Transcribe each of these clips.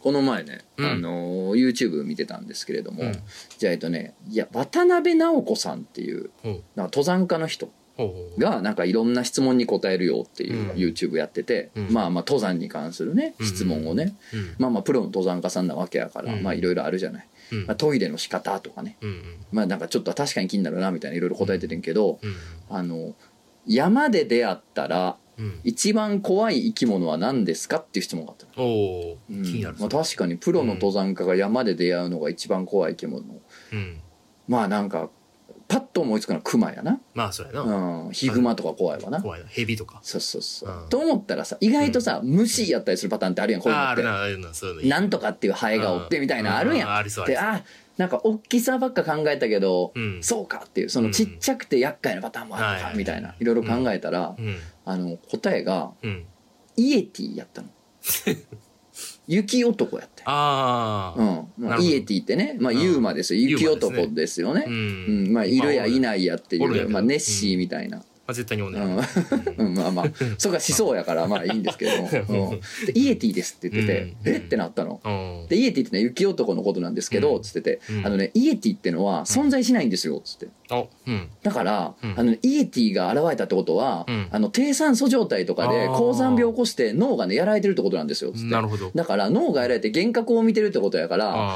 この前ね、YouTube 見てたんですけれども、じゃあ渡辺直子さんっていうなんか登山家の人がなんかいろんな質問に答えるよっていう YouTube やってて、まあ登山に関するね質問をね、まあプロの登山家さんなわけやから、まあいろいろあるじゃない。トイレの仕方とかね、まあなんかちょっと確かに気になるなみたいないろいろ答えててんけど、山で出会ったら一番怖い生き物は何ですかっていう質問があったの。 気になる。 まあ確かにプロの登山家が山で出会うのが一番怖い生き物、まあなんかパッと思いつくのはクマやな。 まあそうやな。 ヒグマとか怖いわな。 怖いな。ヘビとか。 そうそうそう。と思ったらさ、意外とさ、虫やったりするパターンってあるやん。こういうのって。 あるな、あるな、そういうの。 なんとかっていうハエがおってみたいなあるやん。 ありそう。で、 なんか大きさばっか考えたけど、そうかっていう、そのちっちゃくて厄介なパターンもあるのかみたいな、いろいろ考えたら、答えがイエティやったの。雪男やって。イエティってね、まあユーマですよ。雪男ですよね。まあいるやいないやっていう、まあネッシーみたいな。 絶対におんねん。まあまあそこがしそうやからまあいいんですけど、イエティですって言ってて、えってなったの。でイエティってね雪男のことなんですけどつってて、イエティってのは存在しないんですよつって。だからイエティが現れたってことは低酸素状態とかで高山病を起こして脳がねやられてるってことなんですよつって。 なるほど。 だから脳がやられて幻覚を見てるってことやから、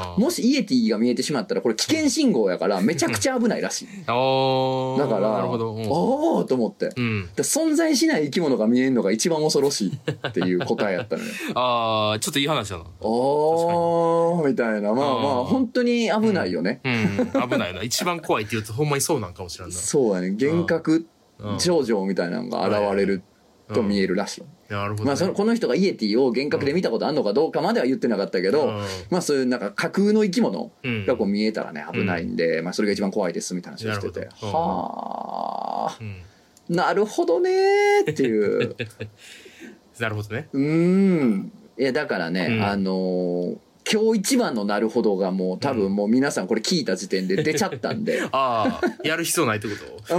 もしイエティが見えてしまったらこれ危険信号やからめちゃくちゃ危ないらしい。だからおおと思って、存在しない生き物が見えるのが一番恐ろしいっていう答えやったのよ。 ちょっといい話だな。 みたいな。まあまあ本当に危ないよね。 危ないな。一番怖いって言うとほんまにそうなんかもしれないな。 そうやね。幻覚症状みたいなのが現れると見えるらしい。 なるほど。 まあこの人がイエティを幻覚で見たことあるのかどうかまでは言ってなかったけど、まあそういうなんか架空の生き物がこう見えたらね危ないんで、まあそれが一番怖いですみたいな話をしてて、はあ。なるほどねーっていう。 なるほどね。 いやだからね、今日一番のなるほどがもう多分もう皆さんこれ聞いた時点で出ちゃったんで。 やる必要ないってこと？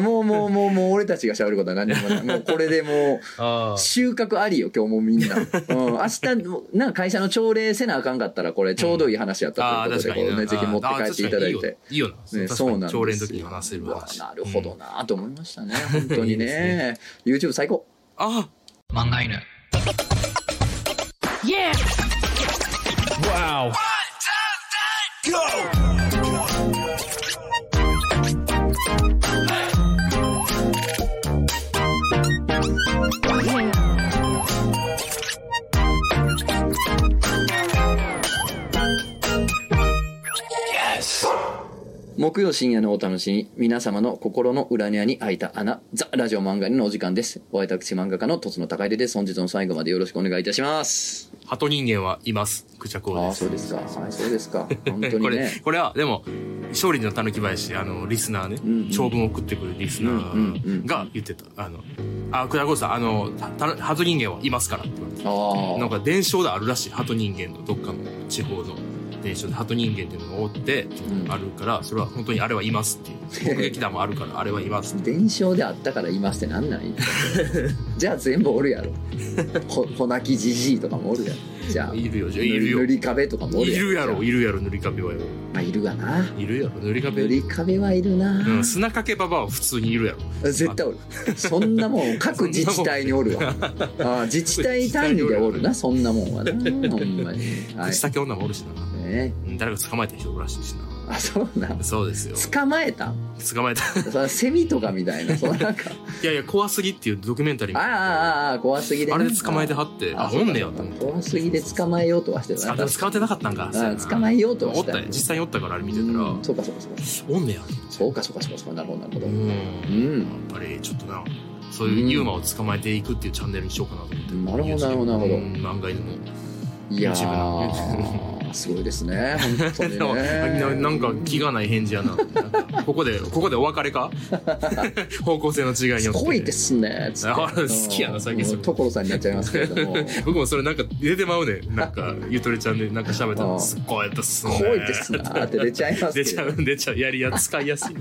もう俺たちが喋ることは何もない。もうこれでもう収穫ありよ今日もみんな。明日なんか会社の朝礼せなあかんかったらこれちょうどいい話やったということでこうねぜひ持って帰っていただいて。 いいよな。 そうなんですよ。 朝礼の時に話せる話。 なるほどなと思いましたね本当にね。YouTube 最高。 漫画犬。 Yeah! Wow! 木曜深夜のお楽しみ、皆様の心の裏庭に開いた穴、ザ・ラジオ漫画のお時間です。お私漫画家のとつの高出です。本日の最後までよろしくお願いいたします。 鳩人間はいます。クチャコウです。 そうですか。はい、そうですか。本当にね。 これはでも勝利のたぬき林リスナーね、長文を送ってくるリスナーが言ってた。クチャコウさん鳩人間はいますからって言われて。なんか伝承であるらしい。鳩人間のどっかの地方の。伝承で鳩人間っていうのがおってあるから、それは本当にあれはいますっていう目撃談もあるからあれはいますって伝承であったからいますってなんないじゃあ全部おるやろ。ほなきじじいとかもおるやろ。じゃあいるよ。塗り壁とかもおるやろ。 いるやろ塗り壁はよ。 まあいるがな。 いるやろ塗り壁はいるな。 砂かけババアは普通にいるやろ。 絶対おる。そんなもん各自治体におるわ。自治体単位でおるなそんなもんはな。ほんまに。 口だけ女もおるしな。誰か捕まえた人おるらしいしな。 そうなん。 そうですよ。 捕まえた。セミとかみたいな。なんかいや怖すぎっていうドキュメンタリー。 怖すぎで。 あれで捕まえてはっておんねやと思って。 怖すぎで捕まえようとはしてた。捕まってなかったんか。 捕まえようとはしてた。 実際におったからあれ見てたら。 そうか。 おんねや。 そうか。なるほど。やっぱりちょっとな。そういうユーマを捕まえていくっていうチャンネルにしようかなと思って。 なるほど。 漫画犬の。 いやーすごいですね本当にね。 なんか気がない返事やな。ここでお別れか方向性の違いによって。 すごいですね好きやな最近。 所さんになっちゃいますけれども僕もそれなんか出てまうね。なんかゆとりちゃんでなんか喋ったらすっごいですね。 すごいですなって出ちゃいますけど。 出ちゃうやりや使いやす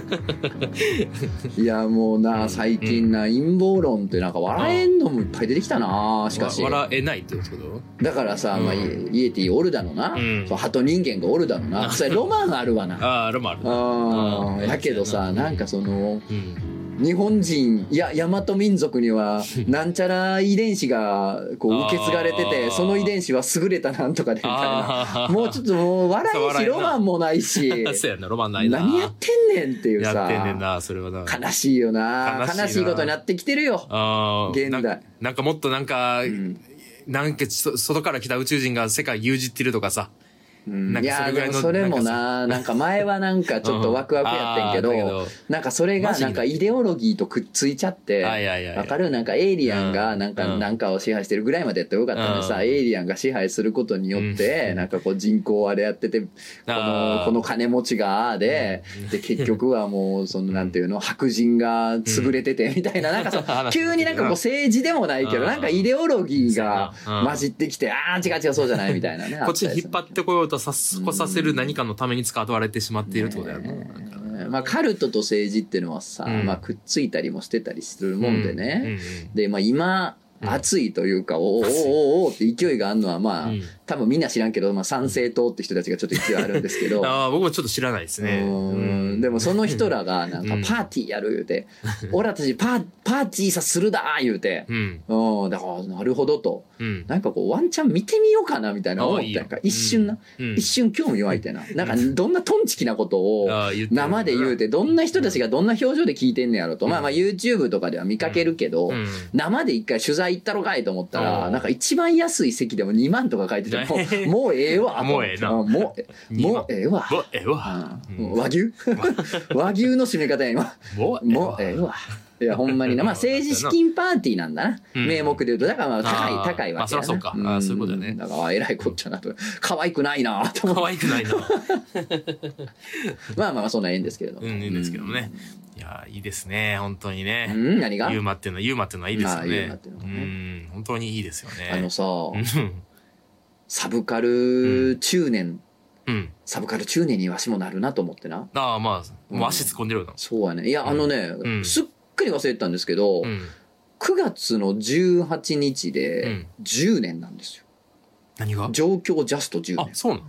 い。いやもうな最近な陰謀論ってなんか笑えんのもいっぱい出てきたな。しかし笑えないってこと？ だからからさ、まあ、イエティおるだのな、そう鳩人間がおるだのな、それロマンあるわな。 ロマンある。 やけどさ、なんかその、日本人大和民族にはなんちゃら遺伝子がこう受け継がれてて、その遺伝子は優れたなんとかでみたいな、もうちょっともう笑いしロマンもないしそうやな、ロマンないな。 何やってんねんっていうさ、 やってんねんな、それはな。 悲しいよな。悲しいことになってきてるよ現代。 なんかもっとなんか外から来た宇宙人が世界牛耳ってるとかさ、 いやでもそれもなんか前はなんかちょっとワクワクやってんけど、なんかそれがなんかイデオロギーとくっついちゃって、わかる？なんかエイリアンがなんかを支配してるぐらいまでやったらよかったのにさ、エイリアンが支配することによってなんかこう人口あれやってて、この金持ちがで結局はもうそのなんていうの、白人が優れててみたいな、なんかそう急になんかこう政治でもないけどなんかイデオロギーが混じってきて、違うそうじゃないみたいなね。 こっちに引っ張ってこようとさせる何かのために使われてしまっているってことだよね。 まあカルトと政治っていうのはさ、まあくっついたりもしてたりするもんでね。でまあ今熱いというか、おって勢いがあるのはまあ、多分みんな知らんけど、まあ賛成党って人たちがちょっと勢いあるんですけど僕もちょっと知らないですね。 でもその人らがなんかパーティーやる言うて、俺たちパーティーさするだ言うて、だからなるほどと、なんかこうワンチャン見てみようかなみたいな思ったんか、一瞬興味湧いてな、なんかどんなトンチキなことを生で言うて、どんな人たちがどんな表情で聞いてんねやろと、まあ YouTube とかでは見かけるけど、生で一回取材行ったろかいと思ったら、なんか一番安い席でも2万とか書いてて、もうええわ。 もうええな。 もうええわ。和牛和牛の締め方や今。もうええわ。いやほんまにな、まあ政治資金パーティーなんだな、名目で言うと。だからまあ高いわけやな。 そうか、そういうことだね。 だからえらいこっちゃなと、可愛くないなと思って。 可愛くないな。 まあそんなええんですけれども。 いいんですけどね。いやいいですね、本当にね。 何が？ ユーマっていうのはいいですよね。本当にいいですよね。 さ、サブカル中年。サブカル中年にわしもなるなと思ってな。 まあ足突っ込んでるよな。 そうやね。いやすっかり忘れてたんですけど、9月の18日で10年なんですよ。 何が？ 上京ジャスト10年。 そうなの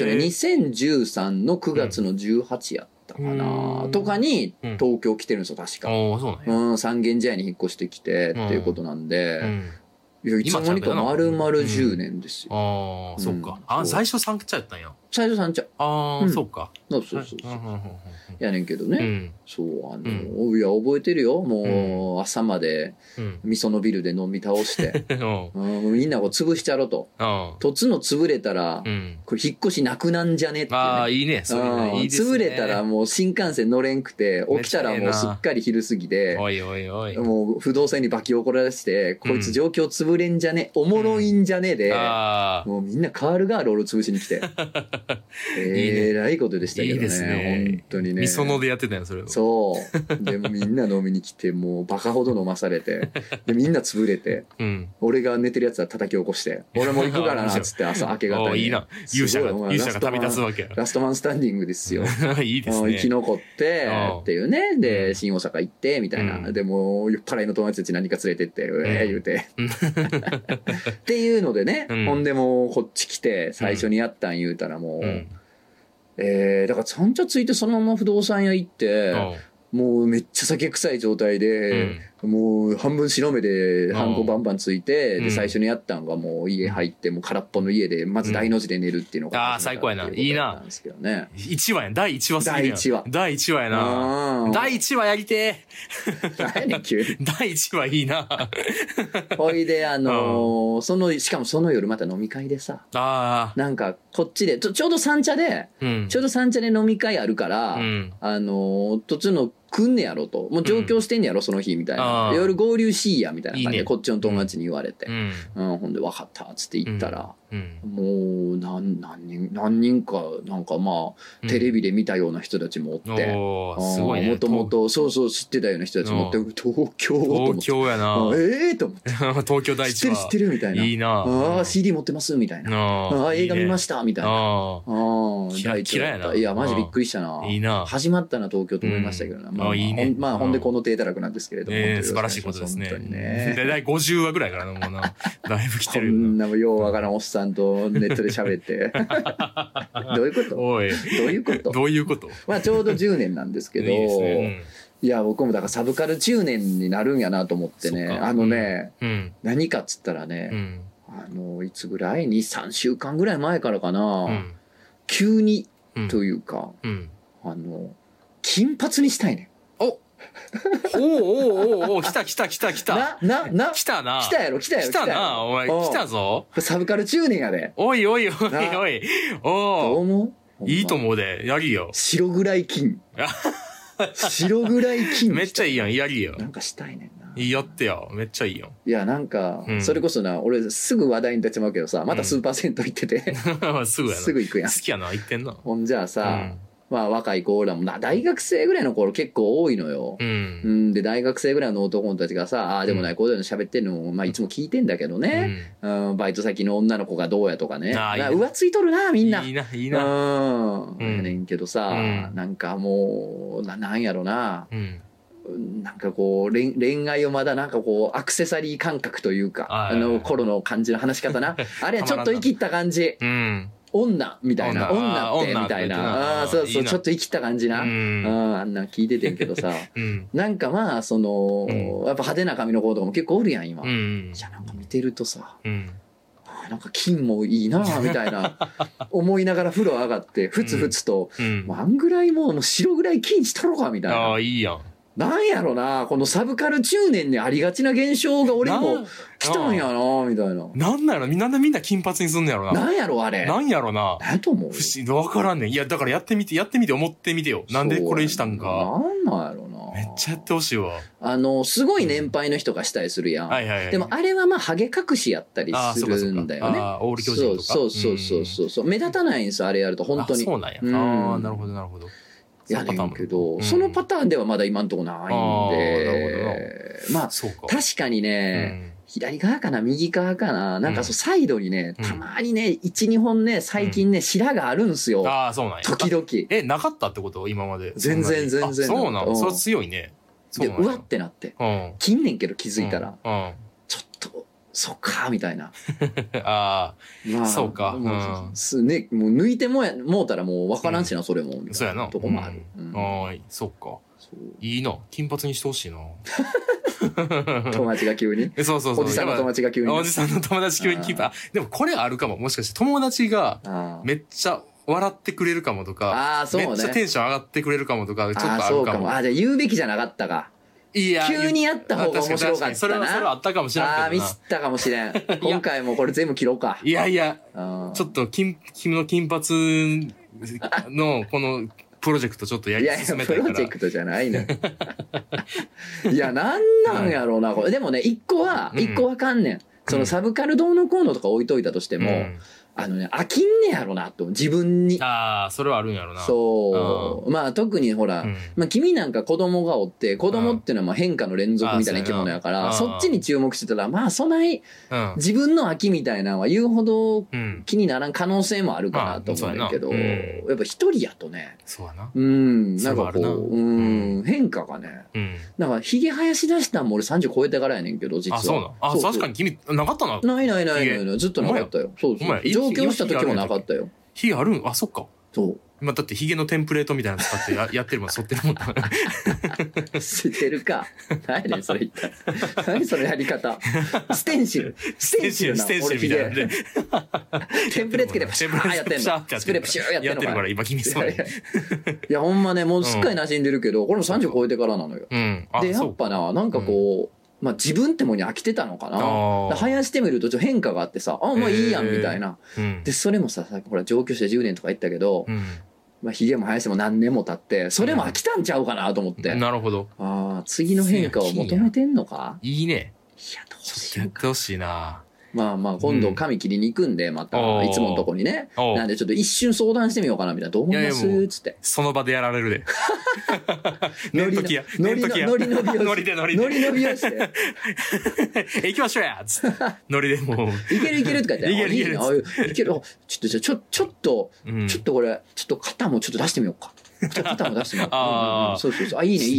？2013の9月の18やったかなとかに東京来てるんですよ確か。三軒茶屋に引っ越してきてっていうことなんで、いやいつの間にか丸々10年ですよ。 そっか。最初三茶やったんや。 最初三茶。 そうか。 そうやねんけどね。そういや覚えてるよ。もう朝までみそのビルで飲み倒してみんなこう潰しちゃろと。とつの潰れたらこれ引っ越しなくなんじゃねってね。 いいね。そういうのいいですね。 潰れたらもう新幹線乗れんくて、起きたらもうすっかり昼過ぎで、もう不動産に化け起こらして、こいつ状況潰れんじゃね、おもろいんじゃねで、もうみんなカールガールを潰しに来て。えらいことでしたけどね。いいですね。本当にね。 みそのでやってたよ、それを。 そう。でもみんな飲みに来て、もうバカほど飲まされて、でみんな潰れて、俺が寝てるやつは叩き起こして、俺も行くからなっつって朝明け方に。 いいな。勇者が旅立つわけや。 ラストマンスタンディングですよ。 いいですね。 生き残ってっていうね。で新大阪行ってみたいな。でも酔っ払いの友達たち何か連れてって言うてっていうのでね。ほんでもうこっち来て最初にやったん言うたらもう。だから三茶ついてそのまま不動産屋行って、もうめっちゃ酒臭い状態で、もう半分白目でハンコバンバンついて、で最初にやったんがもう家入ってもう空っぽの家でまず大の字で寝るっていうのが最高やな。いいな。1話やん。第1話すぎるやん。第1話やな。第1話やりてー。何急に。 第1話いいな。 ほいでしかもその夜また飲み会でさ、なんかこっちでちょうど三茶で飲み会あるから、途中の来んねやろと、もう上京してんねやろその日みたいな、夜合流しいやみたいな感じでこっちの友達に言われて、ほんで分かったっつって行ったら、もう何人かなんかまあテレビで見たような人たちもおって、 すごいね。 もともとそう知ってたような人たちもおって、東京やな。 と思って東京第一は知ってるみたいな。 いいな。 CD 持ってますみたいな。映画見ましたみたいな。 キラやな。 いやマジびっくりしたな。 いいな。 始まったな東京と思いましたけどな。まあほんでこの低たらくなんですけれども。 素晴らしいことですね。第50話ぐらいからもうな。だいぶ来てるよな。 こんなようわからんおっさんとネットで喋って。どういうこと？ おい。 どういうこと？まあちょうど10年なんですけど。いや僕もだからサブカル10年になるんやなと思ってね。何かっつったらね。いつぐらいに3週間ぐらい前からかな。急にというか金髪にしたいね。 お来た。来たな。 来たやろ。 来たな。お前、来たぞ。 サブカル10年やで。 おい。どう思う？いいと思うで。やりよ。 白ぐらい金。白ぐらい金。 めっちゃいいやん。やりよ。 なんかしたいねんな。 やってよ。めっちゃいいよ。 いや、なんか、それこそな、俺すぐ話題に立ちまうけどさ、またスーパー銭湯行ってて。 すぐやな。 すぐ行くやん。 好きやな、行ってんな。 ほんじゃあさ、まあ若い子らも大学生ぐらいの頃結構多いのよ。で大学生ぐらいの男たちがさ、ああでもないこういうの喋ってんのもまあいつも聞いてんだけどね。バイト先の女の子がどうやとかね。浮ついとるなみんな。いいな。やねんけどさ、なんかもうなんやろな。なんかこう恋愛をまだなんかこうアクセサリー感覚というか頃の感じの話し方な。あれはちょっと生きった感じ。女みたいな女ってみたいなそうちょっと生きった感じなあんな聞いててんけどさなんかまあやっぱ派手な髪の子とかも結構おるやん今。じゃなんか見てるとさなんか金もいいなみたいな思いながら風呂上がってふつふつとあんぐらいもう白ぐらい金したろかみたいな。 ああいいやん。 なんやろなこのサブカル10年にありがちな現象が俺にも来たんやなみたいな。 なんなのみんな金髪にすんのやろな。 なんやろあれ。 なんやろな。 なんと思う。 不思議わからんねん。いやだからやってみて思ってみてよ。なんでこれにしたんか。 なんやろな。 めっちゃやってほしいわ。 すごい年配の人がしたりするやん。でもあれはまあハゲ隠しやったりするんだよね。 オール巨人とか。 そう目立たないんですよあれやると本当に。 そうなんや。なるほど。 やねんけど、そのパターンではまだ今んとこないんで、まあ確かにね、左側かな右側かななんかサイドにねたまにね 1,2 本ね最近ね白があるんすよ。 ああそうなんや。時 々。 なかったってこと今まで。 全然。 そうなん。それ強いね。 でうわってなって切んねんけど気づいたらちょっとそっかみたいな。 ああそうか。 もう抜いてもうたらもう分からんしなそれも。 そうやな。 とこもある。 そっか。いいな金髪にしてほしいな。 友達が急に。 そう。 おじさんの友達が急に。 おじさんの友達急に金髪。でもこれあるかも。もしかして友達がめっちゃ笑ってくれるかもとか、めっちゃテンション上がってくれるかもとか、ちょっとあるかも。 じゃあ言うべきじゃなかったか。いや急にやった方が面白かったな。 それはあったかもしれないけどな。 ミスったかもしれん。今回もこれ全部切ろうか。 いやちょっと君の金髪のこのプロジェクトちょっとやり進めたいから。 プロジェクトじゃないの。いやなんやろうなこれ。でもね一個わかんねん。そのサブカルどうのこうのとか置いといたとしても。飽きんねやろなと自分に。 ああそれはあるんやろな。 そうまあ特にほらまあ君なんか子供がおって子供っていうのはまあ変化の連続みたいな生き物やからそっちに注目してたらまあそない自分の飽きみたいなのは言うほど気にならん可能性もあるかなと思うんだけどやっぱ一人やとねなんかこう変化がねなんかひげ生やしだしたんも俺30超えてからやねんけど実は。 そうな。確かに君なかったな。 ないずっとなかったよ。そう上京した時もなかったよ。 ヒゲあるん？そっか。 そう。 今だってヒゲのテンプレートみたいなの使ってやってるもん、剃ってるもん。 知ってるか。何ねそれ言った。何そのやり方。ステンシルみたいなんで。テンプレつけてパシャーやってんの。スプレープシューやってんのか。 やってるから今君そう。 いやほんまねもうすっかり馴染んでるけどこれも30超えてからなのよ。でやっぱなんかこう。まあ自分ってもに飽きてたのかな。生やしてみるとちょっと変化があってさもういいやんみたいな。でそれもさっきほら上京して10年とか言ったけどまあひげも生やしても何年も経ってそれも飽きたんちゃうかなと思って。 なるほど。 次の変化を求めてんのか。 いいね。 いやどうしようか。やってほしいな。 まあまあ今度髪切りに行くんでまたいつものとこにね、なんでちょっと一瞬相談してみようかなみたいな、どう思いますつって、 その場でやられるでノリノビをして行きましょうやつってノリでもういけるいけるとか言って、いけるちょっとこれちょっと肩もちょっと出してみようか、肩も出してみようか、そうそうそう、いいね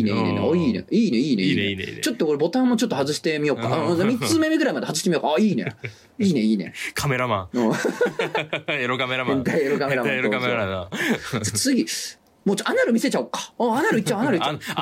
ちょっとこれボタンもちょっと外してみようか、3つ目ぐらいまで外してみようか、いいねカメラマンエロカメラマン次もうアナル見せちゃおうか。アナルいっちゃう。アナル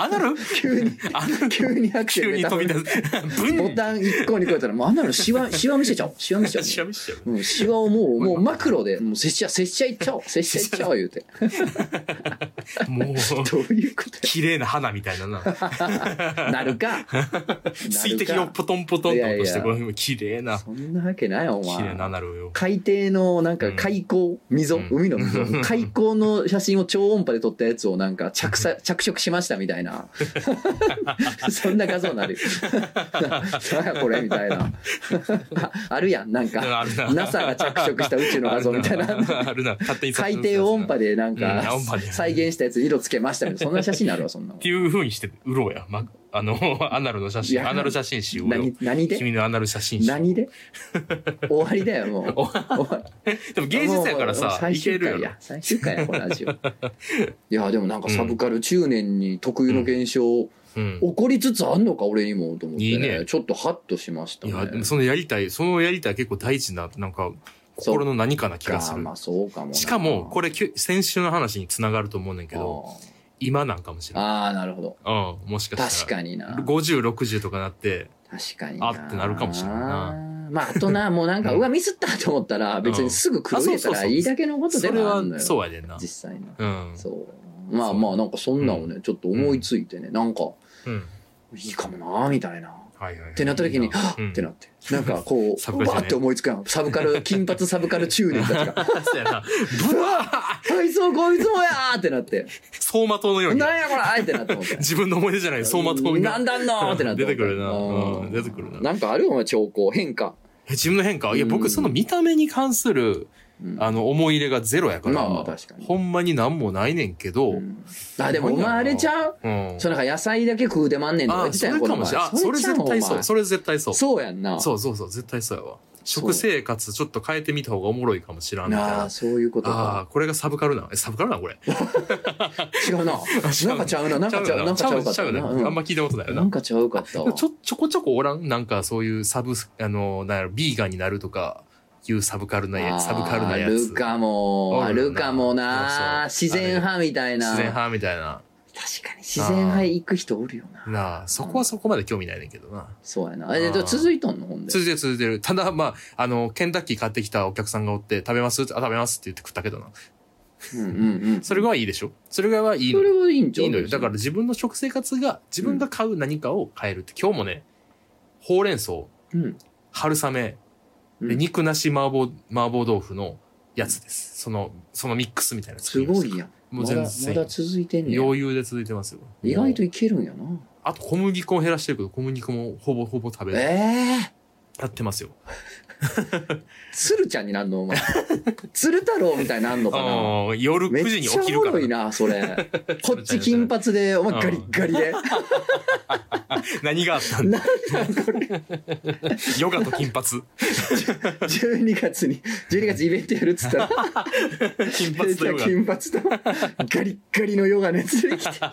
急にアクセルで飛び出す。 ボタン1個に超えたら、もうアナルシワ見せちゃおう。シワをもうマクロで、もう拙者いっちゃおう言うて。 もう、どういうこと綺麗な花みたいなな。 なるか。 水滴をポトンポトンと落として、これ綺麗な。 そんなわけないよ、お前。 綺麗なアナルよ。 海底のなんか海溝、海の溝、海溝の写真を超音波で撮ったやつをなんか着色しましたみたいなそんな画像になるよ何やこれみたいなあるやん、なんか NASA が着色した宇宙の画像みたいな海底音波でなんか再現したやつ色つけましたみたいな、そんな写真になるわ、そんなっていう風にして売ろうや、アナルの写真、アナル写真集を。 何で？ 君のアナル写真集。 何で？終わりだよ、もう。 でも芸術やからさ、いけるよ。 最終回や、このラジオ。いや、でもなんかサブカル中年に特有の現象、起こりつつあんのか、俺にもと思ってね。ちょっとハッとしましたね。 いや、でもそのやりたい結構大事な、なんか、心の何かな気がする。 まあそうかも。 しかも、これ先週の話に繋がると思うねんけど、今なんかもしれない。 ああ、なるほど。 もしかしたら。 確かにな。 50、60とかなって。 確かにな。ってなるかもしれないな。 まあ、あとな、もうなんか、うわ、ミスったと思ったら、別にすぐ黒入れたらいいだけのことでもあるのよ。 そうやでんな。 実際の。そう。まあまあ、なんかそんなをね、ちょっと思いついてね、なんか、いいかもな、みたいな。ってなった時に、はっってなって。なんかこう、わーって思いつくやん。金髪サブカル中年たちが。 そうやな。 ブワーはい、そう、こいつもやーってなって。 走馬灯のように。 なんやこれってなって思って。 自分の思い出じゃない、走馬灯なんだんのってなって。 出てくるな。出てくるな。 なんかあるよ、お前、兆候、変化。 自分の変化？いや、僕その見た目に関する、思い入れがゼロやから、まあ確かにほんまになんもないねんけど、 でもお前あれちゃう、それなんか野菜だけ食うてまんねんとか言ってたやん、この前。 それ絶対そう。それ絶対そう。 そうやんな。 そう、絶対そうやわ。食生活ちょっと変えてみた方がおもろいかもしらんみたいな。 そういうことか。 これがサブカルな。サブカルなこれ。 違うな。なんかちゃうな。なんかちゃうかったな。 あんま聞いたことないよな。 なんかちゃうかったわ。 ちょこちょこおらん？なんかそういうビーガンになるとか。いうサブカルなやつ。あるかもな。自然派みたいな。 確かに自然派行く人おるよな。 そこはそこまで興味ないねんけどな。 そうやな。続いとんのほんで。 続いてる。ただまあ、ケンタッキー買ってきたお客さんがおって、食べますって言って食ったけどな。それがいいでしょ？それがいいの。 それはいいんちゃう？ いいのよ。だから自分の食生活が、自分が買う何かを変えるって。今日もね、ほうれん草、春雨、肉なし麻婆豆腐のやつです。そのミックスみたいな。 すごいやん。 もう全然。 まだ続いてんねん。 余裕で続いてますよ。 意外といけるんやな。 あと小麦粉を減らしてるけど、小麦粉もほぼ食べる。やってますよ。 鶴ちゃんになんのお前。鶴太郎みたいになんのかな。 夜9時に起きるから。 めっちゃおもろいな、それ。こっち金髪で、お前ガリッガリで。 何があったんだヨガと金髪。 12月イベントやるっつったら。金髪とガリッガリのヨガのやつで来て。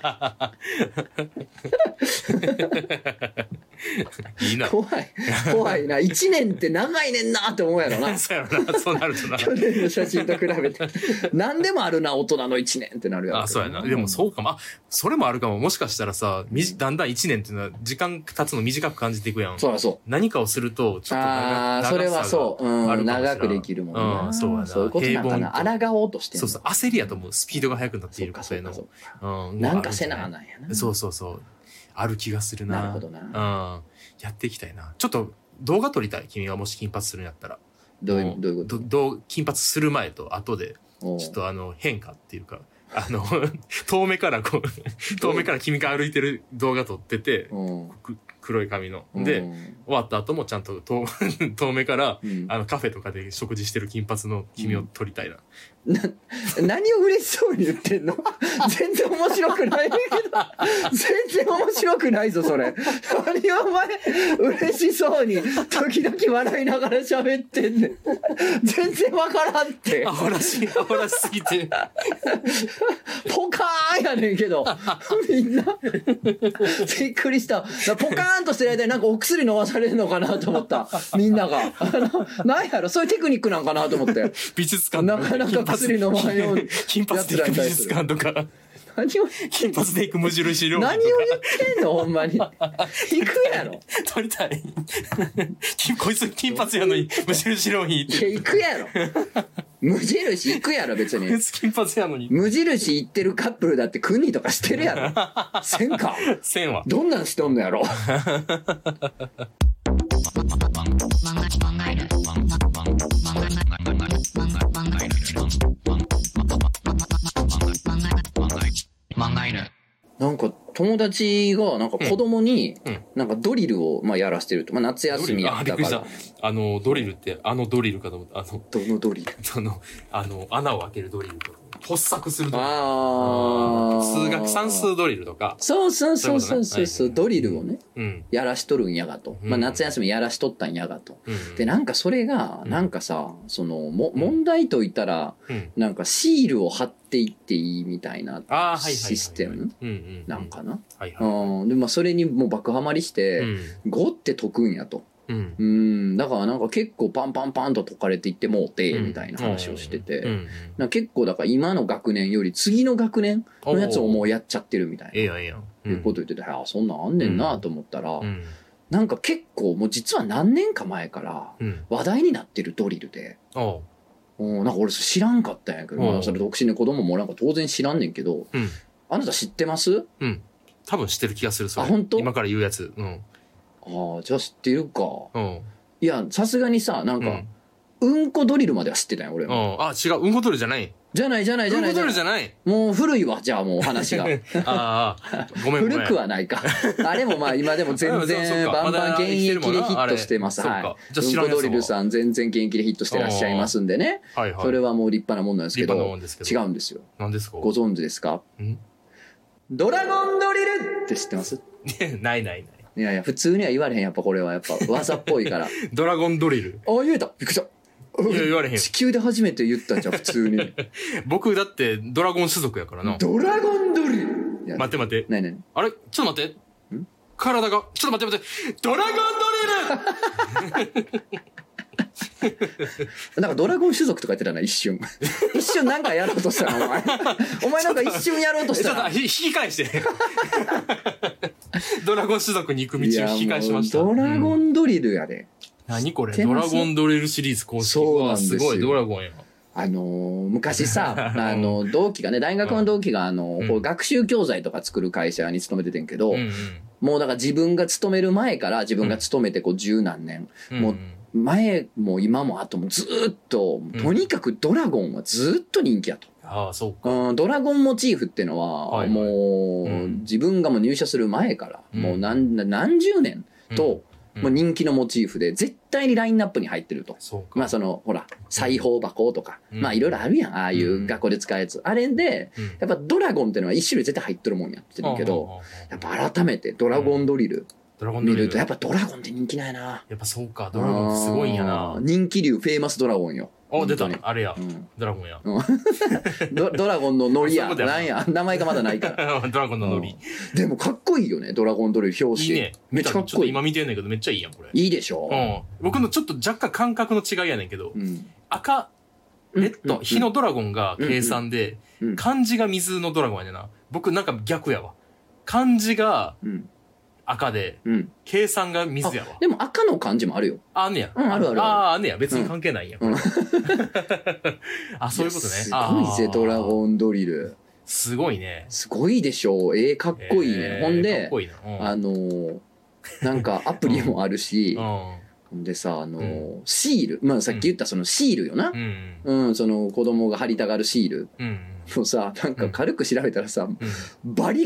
いいな。 怖いな。1年って長いねんなって思うやろな。 そうやろな。そうなるとな。 去年の写真と比べて。何でもあるな、大人の1年ってなるやろ。 そうやな。でもそうかも。それもあるかも。もしかしたらさ、だんだん1年っていうのは時間経つの短く感じていくやん。 そうそう。 何かをすると、ちょっとそれはそう。長くできるもんな。そうやな。そういうことなんかな。抗おうとしてんの。 そう。焦りやと思う。スピードが速くなっていることへの。 なんかせななんやな。 そう。ある気がするな。 なるほどな。 やっていきたいな。ちょっと動画撮りたい。君がもし金髪するんやったら。 どういうこと金髪する前と後で、ちょっと変化っていうか、遠目から君が歩いてる動画撮ってて、 黒い髪の。で、終わった後もちゃんと遠目から、カフェとかで食事してる金髪の君を撮りたいな。 何を嬉しそうに言ってんの全然面白くないけど。全然面白くないぞ、それ。何お前、嬉しそうに、時々笑いながら喋ってんねん。全然わからんって。 アホらしすぎて。 ポカーンやねんけど。みんな。びっくりした。ポカーンとしてる間になんかお薬飲まされるのかなと思った。みんなが。なんやろ、そういうテクニックなんかなと思って。 美術館なかなか薬飲まんように。 金髪で行く美術館とか。 何を金髪で行く無印良品とか。 何を言ってんのほんまに。行くやろ。 撮りたい。こいつ金髪やのに無印良品行って。 いや、行くやろ。無印行くやろ、別に。 金髪やのに。 無印行ってるカップルだって国とかしてるやろ。せんか。 せんわ。 どんなんしとんのやろ。なんか友達がなんか子供になんかドリルをまあやらしてると、まあ夏休みやったから。 ドリルってドリルかと思った。 どのドリル？ 穴を開けるドリルとか。発作するとか。 数学算数ドリルとか。 そう、ドリルをね、やらしとるんやがと。まあ夏休みやらしとったんやがと。で、なんかそれが、なんかさ、問題といったら、なんかシールを貼っていっていいみたいなシステムなんかな。で、まあそれにもう爆ハマりして、5って解くんやと。だからなんか結構パンパンパンと解かれていってもうて、みたいな話をしてて、結構だから今の学年より次の学年のやつをもうやっちゃってるみたいな。いうこと言ってて、ああ、そんなんあんねんなと思ったら、なんか結構もう実は何年か前から話題になってるドリルで、なんか俺知らんかったんやけど、まあそれ独身で子供もなんか当然知らんねんけど、あなた知ってます？ 多分知ってる気がする、それ。 あ、本当？ 今から言うやつ。 ああ、じゃあ知ってるか。いや、さすがにさ、なんか、うんこドリルまでは知ってたよ、俺は。 あ、違う、うんこドリルじゃない。 じゃない。 うんこドリルじゃない。 もう古いわ、じゃあもう話が。 ごめん。 古くはないか。あれもまあ今でも全然バンバン現役でヒットしてます。はい。うんこドリルさん全然現役でヒットしてらっしゃいますんでね。それはもう立派なもんなんですけど、違うんですよ。 何ですか？ ご存知ですか？ドラゴンドリルって知ってます？ ない。 いや、普通には言われへん。やっぱこれはやっぱ技っぽいから。 ドラゴンドリル。 あ、言えた。びっくりした。 いや、言われへん。 地球で初めて言ったじゃん、普通に。 僕だってドラゴン種族やからな。 ドラゴンドリル。 待って。 何あれちょっと待って。体が。ちょっと待って。ドラゴンドリルなんかドラゴン種族とか言ってたな、一瞬なんかやろうとしたの、お前なんか一瞬やろうとしたら。 ちょっと引き返して。ドラゴン種族に行く道を引き返しました。 ドラゴンドリルやで。 何これ？ドラゴンドリルシリーズ公式。そうなんですよ。すごい、ドラゴンや。 昔さ、同期がね、大学の同期が、こう学習教材とか作る会社に勤めててんけど、もうだから自分が勤める前から自分が勤めてこう十何年、もう前も今も後もずっと、とにかくドラゴンはずっと人気やと。 ああ、そうか。 ドラゴンモチーフっていうのは、もう、自分がもう入社する前から、もう何十年と、もう人気のモチーフで絶対にラインナップに入ってると。まあほら、裁縫箱とか、まあいろいろあるやん。ああいう学校で使うやつ。あれで、やっぱドラゴンっていうのは一種類絶対入ってるもんやってるけど、やっぱ改めてドラゴンドリル見ると、やっぱドラゴンって人気ないな。 やっぱそうか、ドラゴンすごいんやな。 人気流フェイマスドラゴンよ。 出た。あれや。ドラゴンや。 ドラゴンのノリや。なんや。名前がまだないから。 ドラゴンのノリ。 でもかっこいいよね、ドラゴンドリル表紙。 いいね。 めっちゃかっこいい。 ちょっと今見てんねんけど、めっちゃいいやん、これ。 いいでしょ。 僕のちょっと若干感覚の違いやねんけど、赤、レッド、火のドラゴンが計算で、漢字が水のドラゴンやねんな。僕なんか逆やわ。漢字が、赤で、計算が水やわ。 でも赤の漢字もあるよ。 あんねや。 ある。 あんねや。別に関係ないんや。あ、そういうことね。 すごいぜ、ドラゴンドリル。 すごいね。 すごいでしょ。かっこいいね。ほんで、なんかアプリもあるし、でさ、シール。まあさっき言ったそのシールよな。その子供が貼りたがるシール。もうさ、なんか軽く調べたらさ、バリかっけ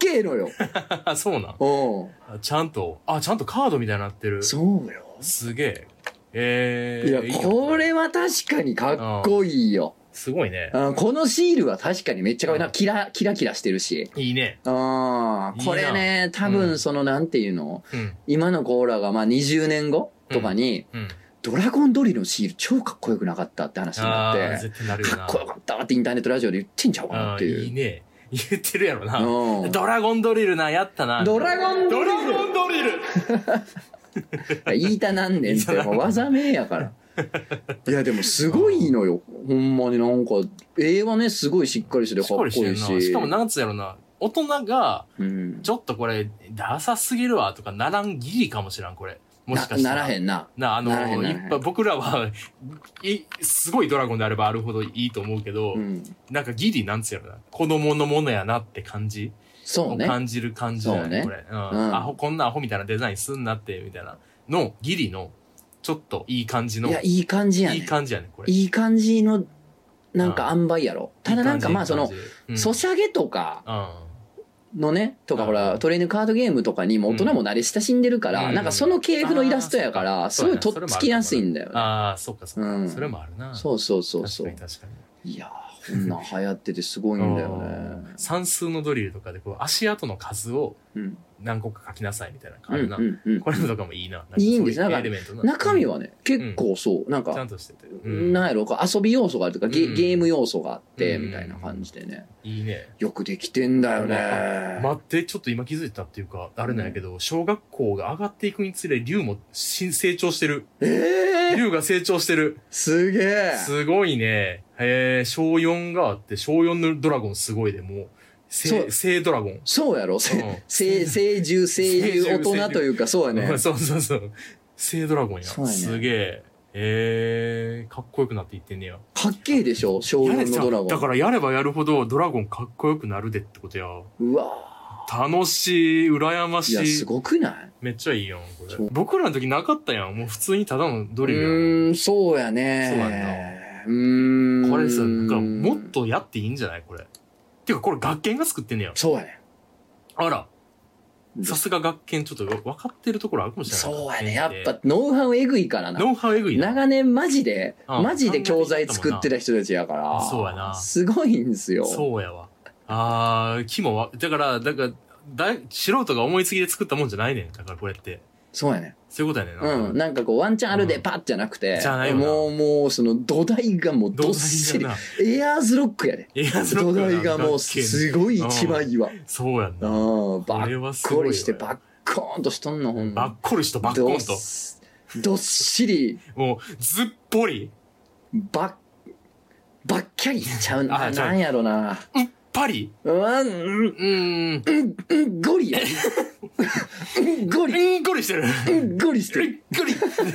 けえのよ。 そうなん。 うん。 ちゃんとカードみたいになってる。 そうよ。 すげえ。 いや、これは確かにかっこいいよ。 すごいね。 このシールは確かにめっちゃかわいいな。キラキラしてるし。 いいね。 これね、多分そのなんていうの、今のコーラがまあ20年後とかに、ドラゴンドリルのシール超かっこよくなかったって話になって、かっこよかったってインターネットラジオで言ってんちゃうかなっていう。 いいね。言ってるやろな。ドラゴンドリルな、やったな。 ドラゴンドリル言いたなんねんって、もう技名やから。いやでもすごいのよ。ほんまになんか、絵はね、すごいしっかりしててかっこいいし。 しかもなんつうやろな、大人が、ちょっとこれ、ダサすぎるわとかならんギリかもしらん、これ。もしかしたら。 ならへんな。 いっぱい僕らは、すごいドラゴンであればあるほどいいと思うけど、なんかギリなんつうやろな、子供のものやなって感じ。 そうね。 感じる感じだよね、これ。こんなアホみたいなデザインすんなって、みたいなの、ギリの、ちょっといい感じの。 いや、いい感じやね。 いい感じやね、これ。 いい感じの、なんか塩梅やろ。ただなんかまあその、ソシャゲとか、のね、とかほら、トレーニングカードゲームとかにも大人も慣れ親しんでるから、なんかその系譜のイラストやから、すごいとっつきやすいんだよね。 ああ、そうかそうか。それもあるな。 そうそうそう。 確かに確かに。いやー、こんなん流行っててすごいんだよね。 算数のドリルとかでこう足跡の数を何個か書きなさいみたいな感じな。これとかもいいな。 いいんです。なんか中身はね、結構そう、なんか、 ちゃんとしてて。 なんやろ、遊び要素があるとか、ゲーム要素があって、みたいな感じでね。 いいね。 よくできてんだよね。 待って、ちょっと今気づいたっていうか、あれなんやけど、小学校が上がっていくにつれ、竜も成長してる。竜が成長してる。 すげえ。 すごいね。小4があって、小4のドラゴンすごいで、もう、聖ドラゴン。 そうやろ聖獣、大人というか、そうやね。 そう。聖ドラゴンや。すげえ。かっこよくなっていってんねや。 かっけえでしょ小4のドラゴン。 だからやればやるほどドラゴンかっこよくなるでってことや。 うわ楽しい、羨ましい。 いや、すごくない？ めっちゃいいやん、これ。僕らの時なかったやん。もう普通にただのドリルやん。 そうやね。 そうやんな。これさ、もっとやっていいんじゃないこれ。てか、これ学研が作ってんねや。 そうやね。 あら。さすが学研ちょっと分かってるところあるかもしれない。 そうやね。やっぱノウハウえぐいからな。 ノウハウえぐいな。 長年マジで教材作ってた人たちやから。 そうやな。 すごいんですよ。 そうやわ。だから、素人が思いつきで作ったもんじゃないねん。だからこれって。 そうやね。 そういうことやねんな。なんかこうワンチャンあるでパッじゃなくて。 じゃないもうその土台がもうどっしり。エアーズロックやで。 エアーズロック。 土台がもうすごい一番いいわ。 そうやんな。 ばっこりしてばっこーんとしとんのほんばっこりしとばっこんと。 どっしり。 もうずっぽり。 ばっきゃりちゃうな。なんやろな。 パリゴリや。ゴリしてる。 ゴリしてる。 ゴリ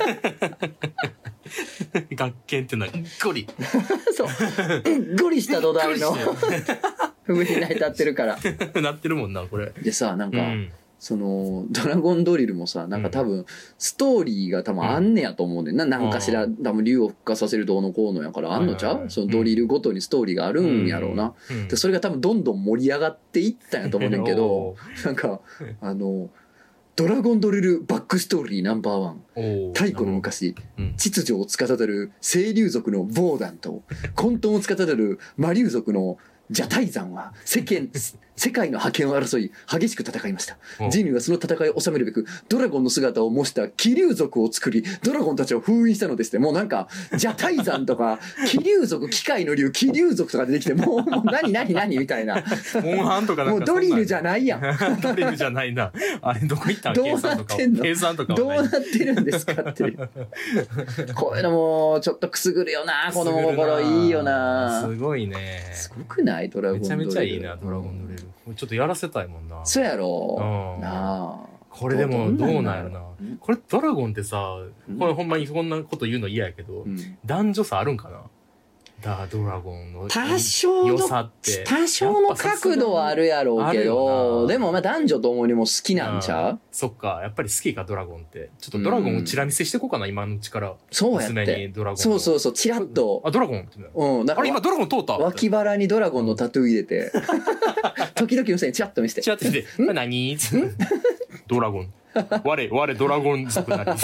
学研ってのはゴリ。 そう。ゴリした土台の上に成り立ってるから。 なってるもんな、これ。 でさ、なんか、そのドラゴンドリルもさ、なんか多分ストーリーが多分あんねやと思うねんな。なんかしら多分竜を復活させるどうのこうのやからあんのちゃう？そのドリルごとにストーリーがあるんやろうな。でそれが多分どんどん盛り上がっていったんやと思うねんけど、なんかドラゴンドリルバックストーリーナンバー1。太古の昔、秩序を司る清竜族のボーダンと混沌を司る魔竜族のジャタイザンは世界の覇権を争い激しく戦いました。人類はその戦いを収めるべくドラゴンの姿を模した気竜族を作りドラゴンたちを封印したのですって。もうなんかジャタイザンとか気竜族、機械の竜気竜族とか出てきてもう何みたいな。 モンハンとかなんかもうドリルじゃないやん。 ドリルじゃないな。あれどこ行ったん？ どうなってんの？ 計算とかどうなってるんですかって。こういうのもちょっとくすぐるよな。子供心いいよな。 すごいね。 すごくない？ドラゴンドリル。 めちゃめちゃいいな、ドラゴンドリル。ちょっとやらせたいもんな。 そうやろ。なあ。 これでもどうなんやろな。これドラゴンってさ、これほんまにそんなこと言うの嫌やけど、男女差あるんかな？ドラゴンの多少の角度はあるやろうけど、でもまあ男女ともにも好きなんちゃう？ そっか、やっぱり好きかドラゴンって。ちょっとドラゴンをチラ見せしてこうかな、今のうちから。 そうやって。そうチラッと。 ドラゴンって。 だから今ドラゴン通った。 脇腹にドラゴンのタトゥー入れて。 時々チラッと見せて。 チラッと見せて、これ何ドラゴン。我ドラゴン族なり。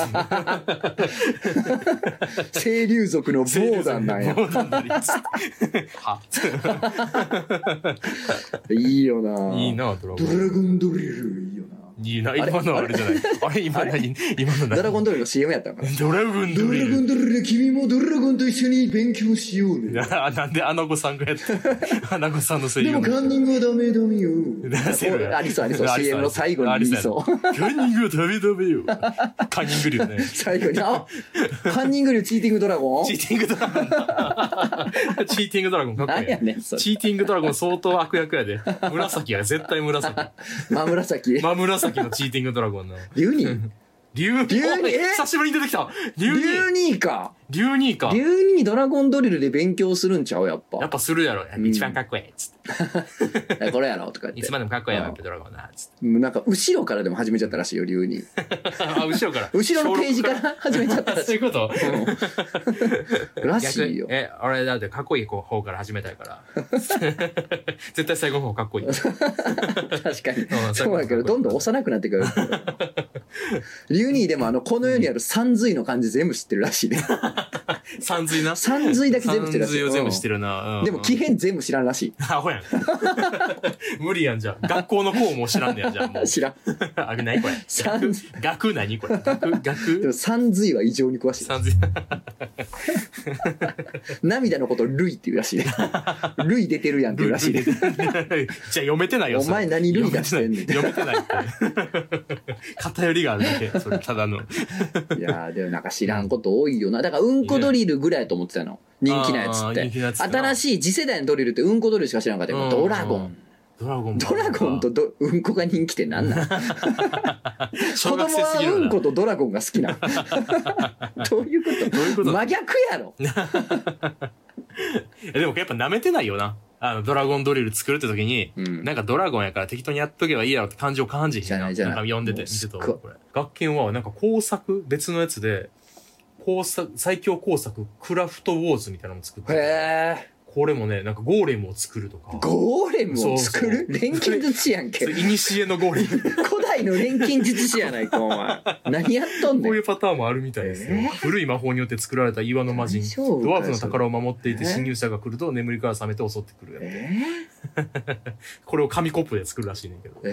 清流族のボーダンなんや。いいよな。 いいな、ドラゴン。 ドラゴンドリルいいよな。 いいな、今のあれじゃない。あれ今何ドラゴンドリルの CM やったのかな。 ドラゴンドリル。 ドラゴンドリル、君もドラゴンと一緒に勉強しようね。 なんでアナゴさんがやったアナゴさんの声優。 でもカンニングはダメよ。ありそう。CM の最後に言いそう。 カンニングはダメよ。カンニング流ね。 最後に、カンニング流チーティングドラゴンチーティングドラゴン。チーティングドラゴンかっこいい。 何やねん、それ。 チーティングドラゴン相当悪役やで。紫や、絶対紫。 真紫のチーティングドラゴンな。 竜ニ久しぶりに出てきた。 竜ニか。 竜ニドラゴンドリルで勉強するんちゃうやっぱ。 やっぱするやろ。一番かっこいい。つって。これやろとか言って。 いつまでもかっこいいやろ、ドラゴンな。つって。 なんか、後ろからでも始めちゃったらしいよ、竜ニ。 後ろから。 後ろのページから始めちゃったらしい。 そういうことらしいよ。 俺だってかっこいい方から始めたいから。絶対最後の方かっこいい。 確かに。そうだけど、どんどん幼くなってくる。竜ニでもこの世にある三髄の漢字全部知ってるらしいね。 三髄な。 三髄だけ全部知ってるらしい。 三髄を全部知ってるな。 でも奇変全部知らんらしい。 アホやん。無理やんじゃん。学校の方も知らんねやじゃん。もう知らん。 あれ何これ。学何これ。学。 でも三髄は異常に詳しい。 三髄。 涙のことルイって言うらしいね。ルイ出てるやんって言うらしいね。 じゃあ読めてないよ。 お前何ルイ出してんねん。 読めてないって。偏りがあるだけ。それただの。 いやでもなんか知らんこと多いよな。だからうんこドリルぐらいと思ってたの。人気なやつって。新しい次世代のドリルってうんこドリルしか知らんかったよ。ドラゴンとうんこが人気ってなんなん？子供はうんことドラゴンが好きな。どういうこと？真逆やろ。 でもやっぱ舐めてないよな。ドラゴンドリル作るって時に、なんかドラゴンやから適当にやっとけばいいやろって感じを感じひんな。なんか読んでて、見てたこれ。学研はなんか工作、別のやつで、最強工作、クラフトウォーズみたいなのも作ってて。これもね、なんかゴーレムを作るとか。 ゴーレムを作る？錬金術師やんけ。 いにしえのゴーレム。 古代の錬金術師やないか、お前。何やっとんねん。 こういうパターンもあるみたいですよ。古い魔法によって作られた岩の魔人。ドワーフの宝を守っていて侵入者が来ると眠りから覚めて襲ってくるやつ。これを紙コップで作るらしいねんけど。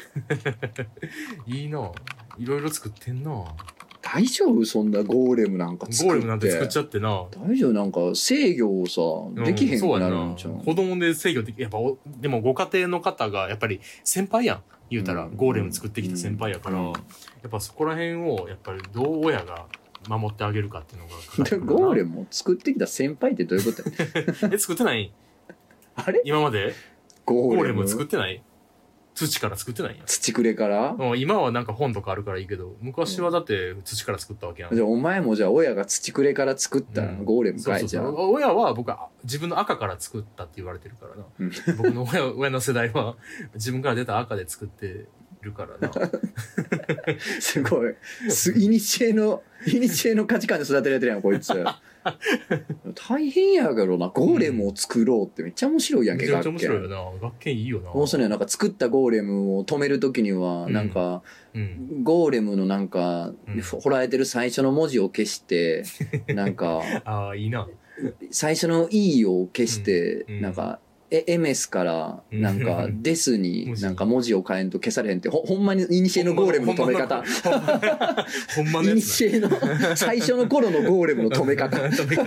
いいな。いろいろ作ってんな。 大丈夫？そんなゴーレムなんか作って。 ゴーレムなんて作っちゃってな。 大丈夫？なんか制御をさ、できへんくなるんちゃう？ 子供で制御でき、やっぱ、でもご家庭の方がやっぱり先輩やん。言うたら、ゴーレム作ってきた先輩やから、やっぱそこら辺を、やっぱりどう親が守ってあげるかっていうのが。ゴーレムを作ってきた先輩ってどういうことや作ってない？ あれ？ 今までゴーレム作ってない？土から作ってないんや。 土くれから？ 今はなんか本とかあるからいいけど、昔はだって土から作ったわけやん。 じゃあお前もじゃあ親が土くれから作ったゴーレムかいじゃん。 親は僕は自分の赤から作ったって言われてるからな。僕の親の世代は自分から出た赤で作ってるからな。 すごい。いにしえの価値観で育てられてるやん、こいつ。大変やけどな、ゴーレムを作ろうってめっちゃ面白いやんけ、 めっちゃ面白いよな。学研いいよな。 もうそれなんか作ったゴーレムを止めるときには、なんか、ゴーレムのなんか、掘られてる最初の文字を消して、なんか、 いいな。 最初の E を消して、なんか、エメスからなんかデスになんか文字を変えんと消されへんってほんまにイニシエのゴーレムの止め方。 ほんまのイニシエの最初の頃のゴーレムの止め方。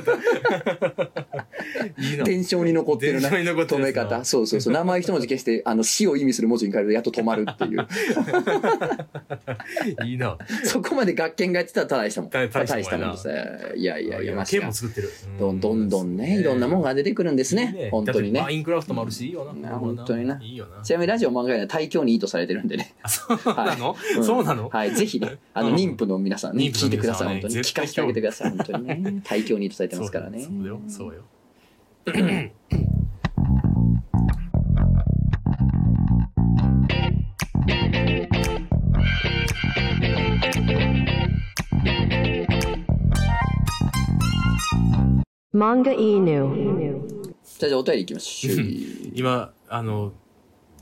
伝承に残ってるな止め方。そうそうそう。名前一文字消して死を意味する文字に変えるとやっと止まるっていう。 いいな。 そこまで学研がやってたら大したもん。大したもんです。いやいやいや。 剣も作ってる。 どんどんねいろんなもんが出てくるんですね。本当にね。 クラフトもあるしいいよな。 本当にな。 いいよな。 ちなみにラジオ漫画や大凶にいいとされてるんでね。 そうなの？そうなの？ はい、ぜひね、妊婦の皆さんね、聞いてください。本当に聞かせてあげてください。本当にね。大凶にいいとされてますからね。 そうよ、そうよ。 漫画いいね。じゃあお便りいきましょう。 今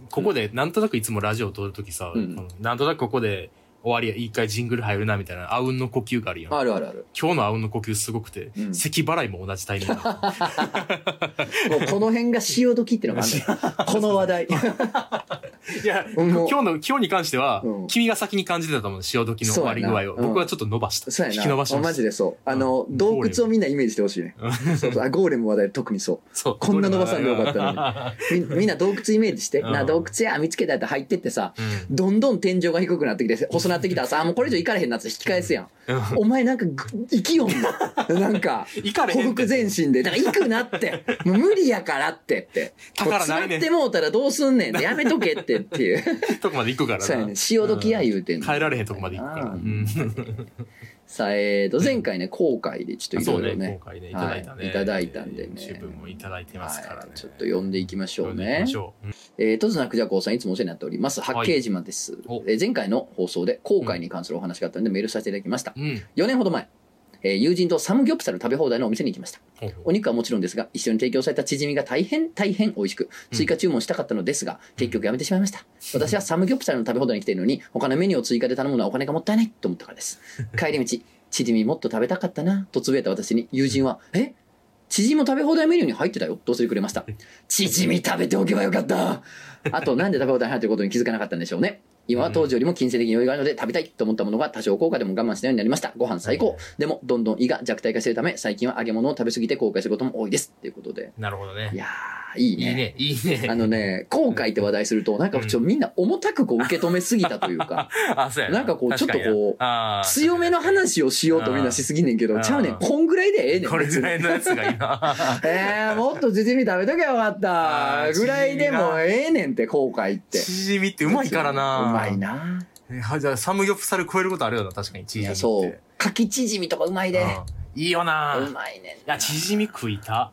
ここで、なんとなくいつもラジオを撮るときさ、なんとなくここで終わりや、一回ジングル入るな、みたいな、あうんの呼吸があるやん。 あるあるある。 今日のあうんの呼吸すごくて、咳払いも同じタイミングだ。 もうこの辺が潮時ってのがあるんだよ。この話題。 いや、今日に関しては、君が先に感じてたと思う、潮時の終わり具合を。僕はちょっと伸ばした。 そうやな。 引き伸ばしました。 マジでそう。洞窟をみんなイメージしてほしいね。そうそう。ゴーレム話題特にそう。こんな伸ばさんでよかったのに。みんな洞窟イメージして。洞窟や見つけたやつ入ってってさ、どんどん天井が低くなってきて、細なってきたらさ、もうこれ以上行かれへんなって引き返すやん。お前なんか、生きよんな。なんか、ほふく前進で。だから行くなって。もう無理やからって。 宝ないね。 詰まってもうたらどうすんねん。やめとけっていう。 とこまで行くからな。 そうやね。潮時や言うてんの。 変えられへんとこまで行くから。 さあ、前回ね、後悔でちょっといろいろね。 後悔ね、いただいたね。 いただいたんでね。 自分もいただいてますからね。 ちょっと読んでいきましょうね。とつなくじゃこうさん、いつもお世話になっております。八景島です。前回の放送で後悔に関するお話があったのでメールさせていただきました。4年ほど前。友人とサムギョプサル食べ放題のお店に行きました。お肉はもちろんですが、一緒に提供されたチヂミが大変美味しく、追加注文したかったのですが、結局やめてしまいました。私はサムギョプサルの食べ放題に来ているのに、他のメニューを追加で頼むのはお金がもったいないと思ったからです。帰り道、チヂミもっと食べたかったな、とつぶやいた私に友人は、チヂミも食べ放題メニューに入ってたよ、と教えてくれました。チヂミ食べておけばよかった。あと、なんで食べ放題に入っていることに気づかなかったんでしょうね。今は当時よりも金銭的に余裕があるので食べたいと思ったものが多少高価でも我慢しないようになりました。ご飯最高。でもどんどん胃が弱体化しているため最近は揚げ物を食べ過ぎて後悔することも多いです。ということで。 なるほどね。 いやー、いいね。 いいね。 後悔って話題するとなんかみんな重たくこう受け止めすぎたというか、なんかこうちょっとこう強めの話をしようとみんなしすぎんねんけど、ちゃうねん。こんぐらいでええねん。 これぐらいのやつがいいな。 もっとチヂミ食べとけばよかったぐらいでもええねんって後悔って。 チヂミってうまいからな。 うまいな。 じゃあサムギョプサル超えることあるよな、確かにチヂミって。 そう。かきチヂミとかうまいで。 いいよな。 うまいねん。 いや、チヂミ食いた。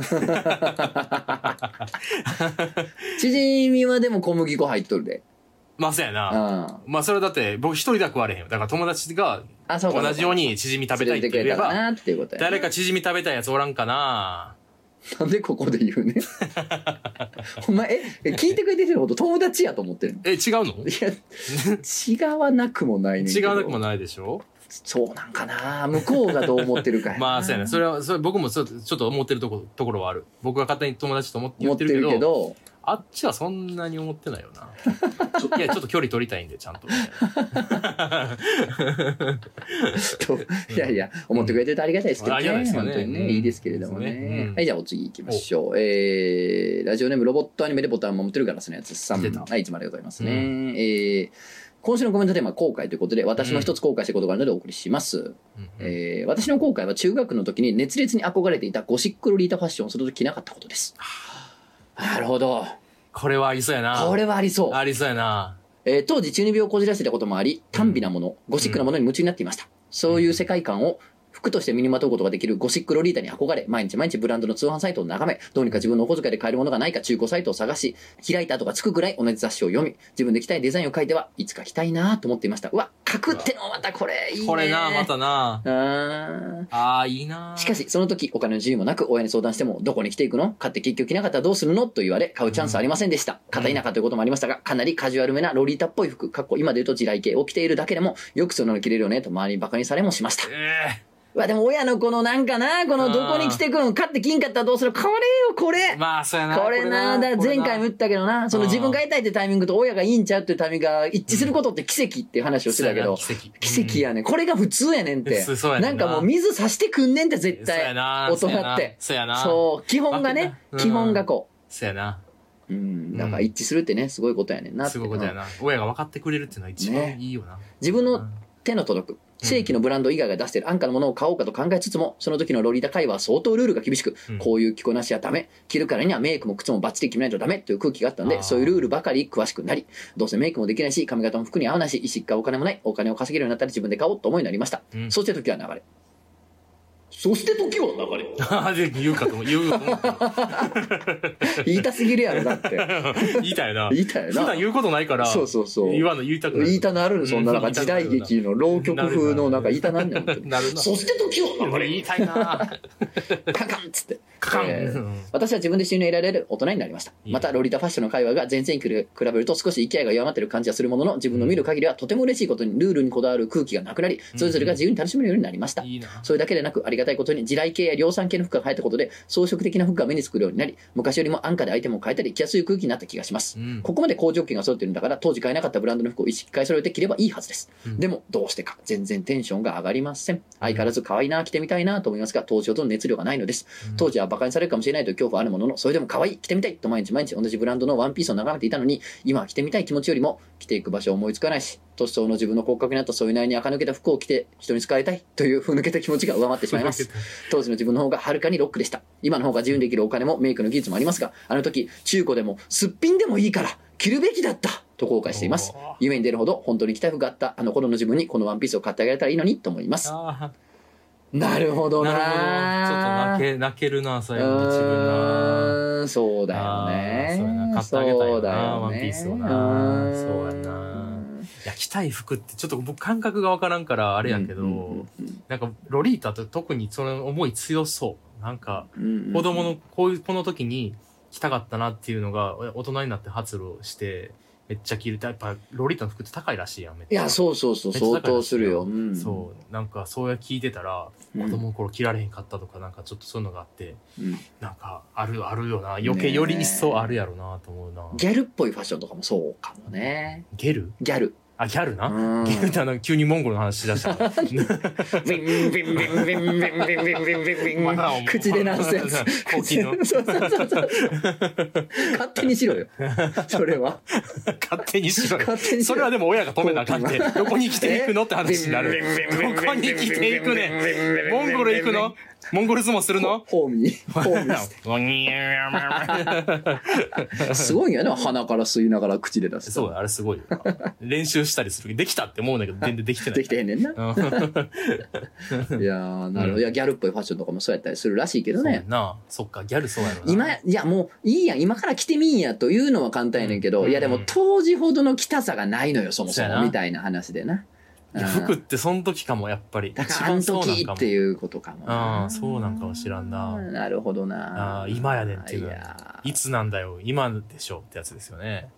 チヂミはでも小麦粉入っとるで。 まあそうやな。まあそれだって僕一人では食われへんよ。だから友達が同じようにチヂミ食べたいって言えば、誰かチヂミ食べたいやつおらんかな。 なんでここで言うねお前、聞いてくれてること友達やと思ってるの？ 違うの？ いや、違わなくもないねんけど。 違わなくもないでしょ？ そうなんかな、向こうがどう思ってるかやな。 まあそうやね。それ僕もちょっと思ってるところはある。僕が勝手に友達と思って言ってるけど、あっちはそんなに思ってないよな。いや、ちょっと距離取りたいんで、ちゃんと。 いやいや、思ってくれてるとありがたいですけどね。本当にね、いいですけれどもね。はい、じゃあお次行きましょう。ラジオネームロボットアニメでボタンを持ってるガラスのやつさん。はい、いつもありがとうございますね。今週のコメントテーマは後悔ということで、私も一つ後悔したことがあるのでお送りします。私の後悔は中学の時に熱烈に憧れていたゴシックロリータファッションをその時着なかったことです。なるほど。 これはありそうやな。 これはありそう。 ありそうやな。 当時中二病をこじらせたこともあり、短美なもの、ゴシックなものに夢中になっていました。そういう世界観を服として身にまとうことができるゴシックロリータに憧れ、毎日ブランドの通販サイトを眺め、どうにか自分のお小遣いで買えるものがないか中古サイトを探し、開いた後がつくぐらい同じ雑誌を読み、自分で着たいデザインを書いてはいつか着たいなと思っていました。うわ、書くってのもまたこれいいね。 これな、またな。いいな。 しかし、その時お金の自由もなく、親に相談しても、どこに着ていくの？買って結局着なかったらどうするの？と言われ、買うチャンスありませんでした。片田舎ということもありましたが、かなりカジュアルめなロリータっぽい服、今で言うと地雷系を着ているだけでも、よくそのの着れるよねと周りにバカにされもしました。でも親のこのなんかな、このどこに着てくの買って金買ったらどうする？これよ、これ。 まあ、そうやな。 これな、だ前回も言ったけどな、その自分が得たいってタイミングと親がいいんちゃうっていうタイミングが一致することって奇跡っていう話をしてたけど、奇跡やねん。これが普通やねんって。なんかもう水さしてくんねんって絶対。大人って。そう、基本がね、基本がこう。 そうやな。 だから一致するってね、すごいことやねんなって。 すごいことやな。親が分かってくれるっていうのは一番いいよな。 自分の手の届く。正規のブランド以外が出している安価なものを買おうかと考えつつも、その時のロリータ会話は相当ルールが厳しく、こういう着こなしはダメ、着るからにはメイクも靴もバッチリ決めないとダメという空気があったんで、そういうルールばかり詳しくなり、どうせメイクもできないし、髪型も服に合わないし、意識かお金もない、お金を稼げるようになったら自分で買おうと思いになりました。そして時は流れ。 そして時は流れ。 あで言うかと思う。言うと思った。 言いたすぎるやろ、だって。 言いたいな。 言いたいな。 普段言うことないから。 そうそうそう。 言いたくなる。 言いたなる、そんななんか時代劇の浪曲風のなんか言いたなんねん。 なるな。 そして時は流れ。 言いたいな。 カカンっつって。 カカン。 私は自分で収入を得られる大人になりました。また、ロリータファッションの会話が前々に比べると少し勢いが弱まっている感じがするものの、自分の見る限りはとても嬉しいことにルールにこだわる空気がなくなり、それぞれが自由に楽しめるようになりました。それだけでなく、ありがたいことに地雷系や量産系の服が流行ったことで、装飾的な服が目につくようになり、昔よりも安価でアイテムを変えたり、着やすい空気になった気がします。ここまで好条件が揃っているんだから、当時買えなかったブランドの服を一式買い揃えて着ればいいはずです。でも、どうしてか、全然テンションが上がりません。相変わらず可愛いな、着てみたいなと思いますが、当時ほどの熱量がないのです。当時は馬鹿にされるかもしれないという恐怖はあるものの、それでも可愛い、着てみたいと毎日同じブランドのワンピースを眺めていたのに、今は着てみたい気持ちよりも、着ていく場所を思いつかないし、年相の自分の骨格になった添えないに垢抜けた服を着て人に使いたいというふ抜けた気持ちが上回ってしまいます。当時の自分の方がはるかにロックでした。今の方が自由にできるお金もメイクの技術もありますが、あの時中古でもすっぴんでもいいから着るべきだったと後悔しています。夢に出るほど本当に着たい服があったあの頃の自分にこのワンピースを買ってあげられたらいいのにと思います。なるほどな。 ちょっと泣けるな、最後の自分な。 そうだよね。 そうやな。買ってあげたいよな、ワンピースをな。そうやな。いや、着たい服ってちょっと僕感覚がわからんからあれやけど、なんかロリータって特にその思い強そう。なんか、子供のこの時に着たかったなっていうのが大人になって発露して、めっちゃ着るとやっぱロリータの服って高いらしいやん。めっちゃ。 いや、そう相当するよ。 そう。なんかそうや聞いてたら、子供の頃着られへんかったとか、なんかちょっとそういうのがあって、なんかあるよな。余計より一層あるやろなと思うな。 ギャルっぽいファッションとかもそうかもね。 ギャル。 あ、 ギャルな。ギャルって急にモンゴルの話しだした。 口で鳴らすやつ。勝手にしろよ。それは。 勝手にしろよ。それはでも親が止めなあかんって。どこに来ていくのって話になる。どこに来ていくねん。モンゴル行くの？モンゴル相撲するの？ ホーミー。すごいんやな、鼻から吸いながら口で出す。 そうだ、あれすごいよ。練習したりする。できたって思うんだけど、全然できてない。 できてへんねんな。いやー、なるほど。いや、ギャルっぽいファッションとかもそうやったりするらしいけどね。 そっか、ギャルそうやろな。 今、いや、もういいやん。今から着てみんやというのは簡単やねんけど、いや、でも当時ほどの着たさがないのよ、そもそも。みたいな話でな。 服ってその時かも、やっぱり。 だからあの時っていうことかも。 そうなんかもしらんな。 なるほどな。 今やねんっていうのは。いつなんだよ、今でしょってやつですよね。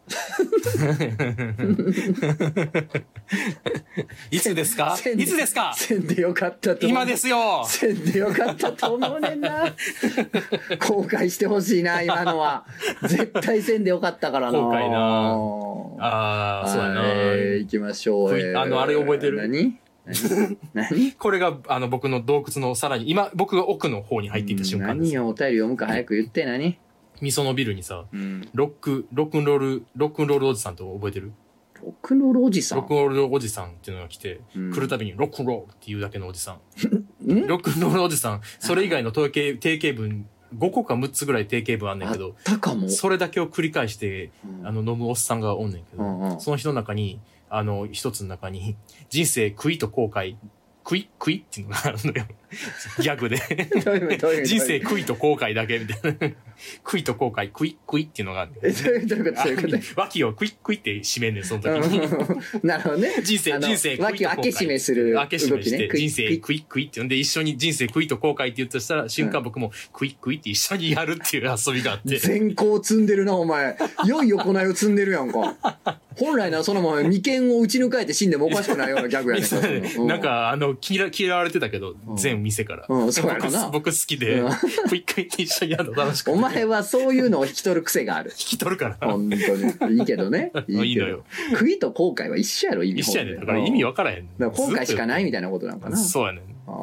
いつですか？いつですか？ せんでよかったと。 今ですよ。 せんでよかったと思うねんな。後悔してほしいな、今のは。絶対せんでよかったからな。 後悔な。そうやな。 行きましょう。 あれ覚えてる？ 何これが、僕の洞窟のさらに、今、僕が奥の方に入っていった瞬間です。 何よ、お便り読むか早く言って、何？ みそのビルにさ、ロックンロールおじさんって覚えてる？ ロックンロールおじさん？ ロックンロールおじさんっていうのが来て、来るたびにロックンロールっていうだけのおじさん。ロックンロールおじさん、それ以外の定型文、5個か6つぐらい定型文あんねんけど、それだけを繰り返して、飲むおっさんがおんねんけど、その人の中に、一つの中に、人生悔いと後悔、悔いっていうのがあるのよ。ギャグで。人生悔いと後悔だけみたいな。悔いと後悔、悔いっていうのがある。 どういうこと？ 脇を悔いって締めんねん、その時に。 なるほどね。 人生悔いと後悔。 脇を開け閉めする動きね。 開け閉めして、人生悔いって言うんで、一緒に人生悔いと後悔って言ったら、瞬間僕も悔いって一緒にやるっていう遊びがあって。 善行積んでるな、お前。良い行いを積んでるやんか。本来な、そのまま眉間を打ち抜かれて死んでもおかしくないようなギャグやねん。 なんか、嫌われてたけど、全店から。僕好きで、クイって一緒にやるの楽しくて。 お前はそういうのを引き取る癖がある。 引き取るから。 本当に。いいけどね。 いいのよ。 悔いと後悔は一緒やろ、意味。 一緒やねん。だから意味分からへん。 後悔しかないみたいなことなんかな。 そうやねん。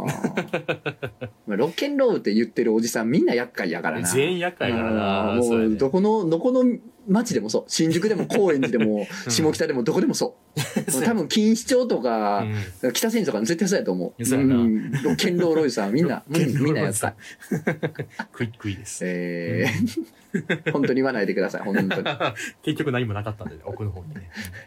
ロッケンロールって言ってるおじさんみんな厄介やからな。 全員厄介やからな。 もうどこの町でもそう。新宿でも高円寺でも下北でもどこでもそう。多分錦糸町とか北千住とか絶対そうやと思う。ロッケンロールおじさんみんな厄介。 クイです。 本当に言わないでください。本当に。 結局何もなかったんで奥の方にね。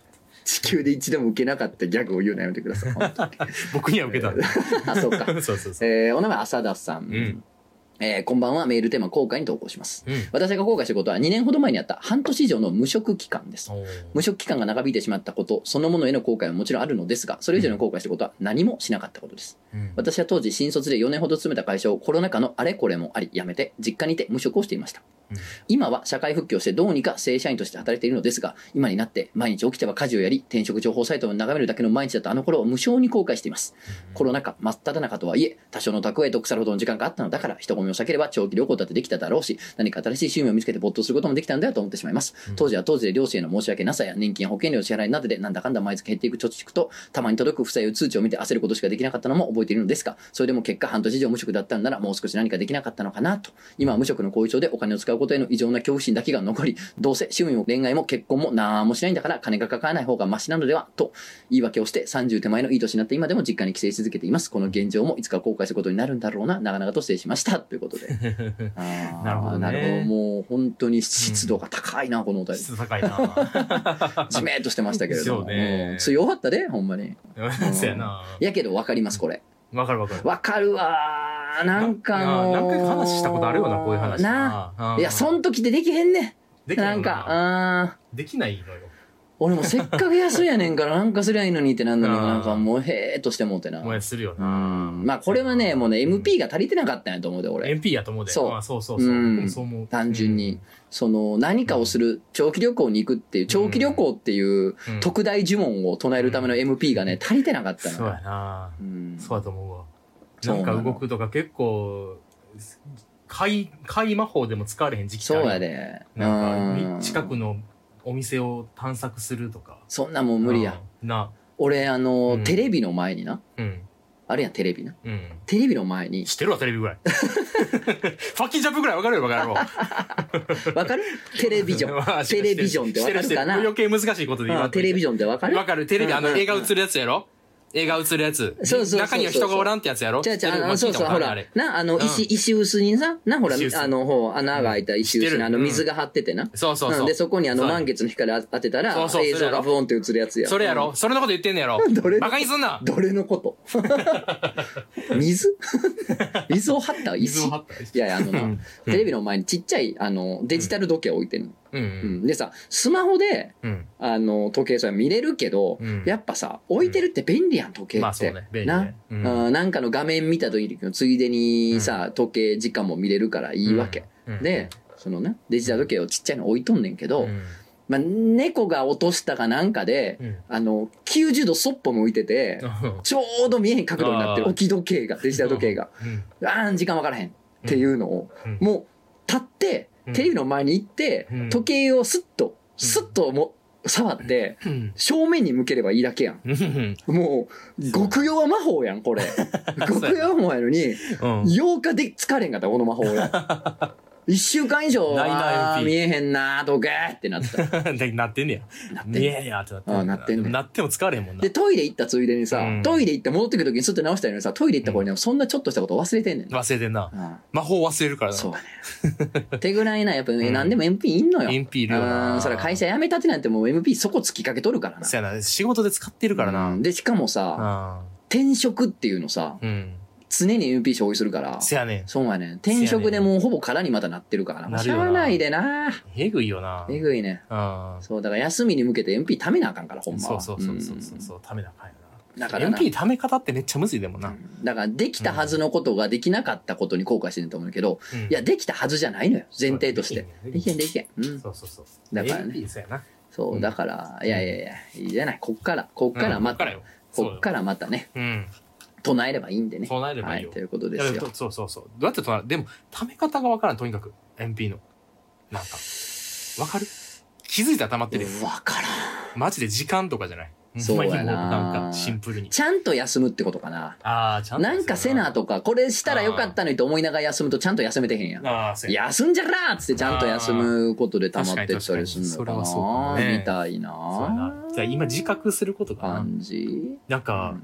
地球で一度も受けなかったギャグを言うのやめてください。本当に僕には受けたんだ。 あ、そうか。 そうそうそう。 お名前浅田さん。 うんこんばんは。メールテーマ後悔に投稿します、 うん。 私が後悔したことは2年ほど前にあった半年以上の無職期間です。無職期間が長引いてしまったことそのものへの後悔はもちろんあるのですが、それ以上の後悔したことは何もしなかったことです、うん、私は当時新卒で4年ほど勤めた会社をコロナ禍のあれこれもあり辞めて実家にて無職をしていました、うん、今は社会復帰をしてどうにか正社員として働いているのですが、今になって毎日起きては家事をやり転職情報サイトを眺めるだけの毎日だったあの頃を無性に後悔しています、うん、コロナ禍真っ只中とはいえ多少の蓄えと腐るほどの時間があったのだから人混みを避ければ長期旅行だってできただろうし、何か新しい趣味を見つけて没頭することもできたんだよと思ってしまいます、うん、当時は当時で両親への申し訳なさや年金や保険料支払いなどでなんだかんだ毎月減っていく貯蓄とたまに届く負債を通知を見て焦ることしかできなかったのも覚えているのですが、それでも結果半年以上無職だったのならもう少し何かできなかったのかなと。今は無職の後遺症でお金を使うことへの異常な恐怖心だけが残り、どうせ趣味も恋愛も結婚も何もしないんだから金がかからない方がマシなのではと言い訳をして30手前のいい年になって今でも実家に帰省し続けています。この現状もいつか後悔することになるんだろうな。長々と失礼しましたということでなるほどね。 なるほど。もう本当に湿度が高いな、このお便り。 湿度高いな。 じめっとしてましたけれども。 ね、 強かったで、ほんまに。 そうやな。 やけど分かります、これ。 分かる分かる。 分かるわー。なんか何回か話したことあるよな、こういう話な。いや、そん時でできへんね。 できへんなんか、 できないのよ。 俺もせっかく安いやねんからなんかすりゃいいのにってなんだけど、なんかもうへーっとしてもうてな。 もやするよな。 まあこれはね、もうね、MP が足りてなかったんやと思うで、俺。 MP やと思うで。 そう。 そうそうそう。そう思う。 単純に。何かをする、長期旅行に行くっていう、長期旅行っていう特大呪文を唱えるための MP がね、足りてなかったの。 そうやな。そうだと思うわ。なんか動くとか結構、怪魔法でも使われへん時期そうやで。 なんか、近くのお店を探索するとか。 そんなもん無理や。俺、テレビの前にな。あれやん、テレビな。テレビの前に。 知ってるわ、テレビぐらい。ファッキンジャンプぐらいわかるよ、わかるわ。 わかるテレビジョン。テレビジョンってわかるかな余計難しいことで言わテレビジョンってわかるわかる。テレビ、映画映るやつやろ映画映るやつ。 そうそう。 中には人がおらんってやつやろそうそう、ほら。石薄にさ、ほら、穴が開いた石薄に水が張っててな。 そうそうそう。 で、そこに満月の光当てたら、映像がブーンって映るやつや。 それやろそれのこと言ってんねやろバカにすんなどれのこと水を張った石いや、テレビの前にちっちゃい、デジタル時計を置いてるの。でさ、スマホで、時計それ見れるけど、やっぱさ、置いてるって便利やん、時計って。なんかの画面見た時に、ついでにさ、時計時間も見れるからいいわけ。で、デジタル時計をちっちゃいの置いとんねんけど、猫が落としたかなんかで、90度そっぽ向いてて、ちょうど見えへん角度になってる置き時計が、デジタル時計が。時間わからへんっていうのを、もう、立って、テレビの前に行って、時計をスッと触って、正面に向ければいいだけやん。もう、極弱魔法やん、これ。極弱魔法やのに、8日で疲れんかった、この魔法や。1週間以上見えへんなーとかってなってた。 なってんねや。見えへんやってなってなってんねん。 なっても疲れへんもんな。 で、トイレ行ったついでにさ、トイレ行って戻ってくるときにスッと直したようにさ、トイレ行った頃にはそんなちょっとしたこと忘れてんねん。 忘れてんな。魔法忘れるからな。 そうだね。ってぐらいな、やっぱ何でも MP いんのよ。 MP いるよな。 それ会社辞めたてなんてもう MP そこ突きかけとるからな。 そうやな。仕事で使ってるからな。 で、しかもさ、転職っていうのさ、常に MP 消費するから。 せやねん。 そうやねん。転職でもうほぼ空にまたなってるからな。しゃあないでな。 えぐいよな。 えぐいね。そう、だから休みに向けて MP 貯めなあかんから、ほんまは。 そう、貯めなあかんよな。 だから MP 貯め方ってめっちゃむずいでもな。 だからできたはずのことができなかったことに後悔してると思うけど、いや、できたはずじゃないのよ。前提として。できへん。 そう。 だからね。そう、だから、いや、いいじゃない。こっからまたね。唱えればいいんでね。 唱えればいいよ。 ということですよ。 そう。どうやって唱える？でも、貯め方がわからん、とにかく。MP の。なんか。わかる？気づいたら溜まってるよ。 わからん。マジで時間とかじゃない。 そうやな。 なんか、シンプルに。 ちゃんと休むってことかな。 ちゃんと。 なんかせなとか、これしたらよかったのにと思いながら休むとちゃんと休めてへんやん。休んじゃらーっつってちゃんと休むことで溜まってったりするのかな。それはそうみたいな。 じゃあ今自覚することかな。 感じなんか、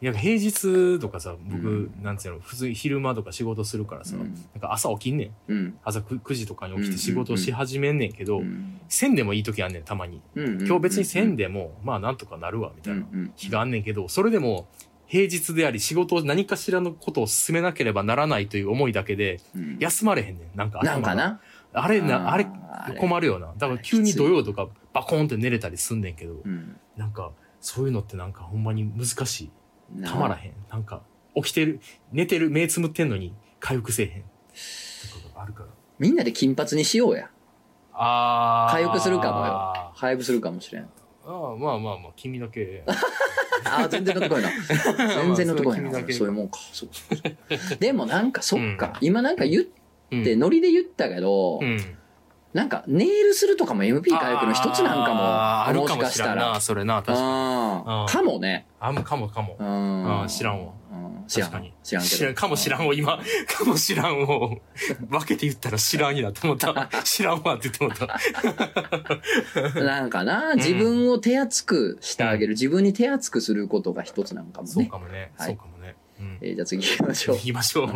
いや平日とかさ僕、なんつうの普通に昼間とか仕事するからさ、なんか朝起きんねん、朝 9時とかに起きて仕事をし始めんねんけど、せんでもいい時あんねんたまに、今日別にせんでもまあなんとかなるわみたいな日があんねんけど、それでも平日であり仕事を何かしらのことを進めなければならないという思いだけで休まれへんねん。なんかあれ困るよな。だから急に土曜とかバコーンって寝れたりすんねんけど、なんかそういうのってなんかほんまに難しい。たまらへん。なんか起きてる寝てる目つむってんのに回復せえへんとかがあるから。 みんなで金髪にしようや。回復するかもよ。回復するかもしれん。 まあ君だけ。 全然のとこやな。全然のとこやな。そういうもんか。でもなんかそっか。今なんか言ってノリで言ったけど、なんかネイルするとかも MP 回復の一つなんかも。もしかしたら。 それな、確かに。かもね。 かも。知らんわ。確かに。 知らんけど。 かも知らんを今、かも知らんを分けて言ったら知らんやと思った。知らんわって言って思った。 なんかな、自分を手厚くしてあげる、自分に手厚くすることが一つなんかもね。 そうかもね。そうかもね。 じゃあ次行きましょう。 行きましょう。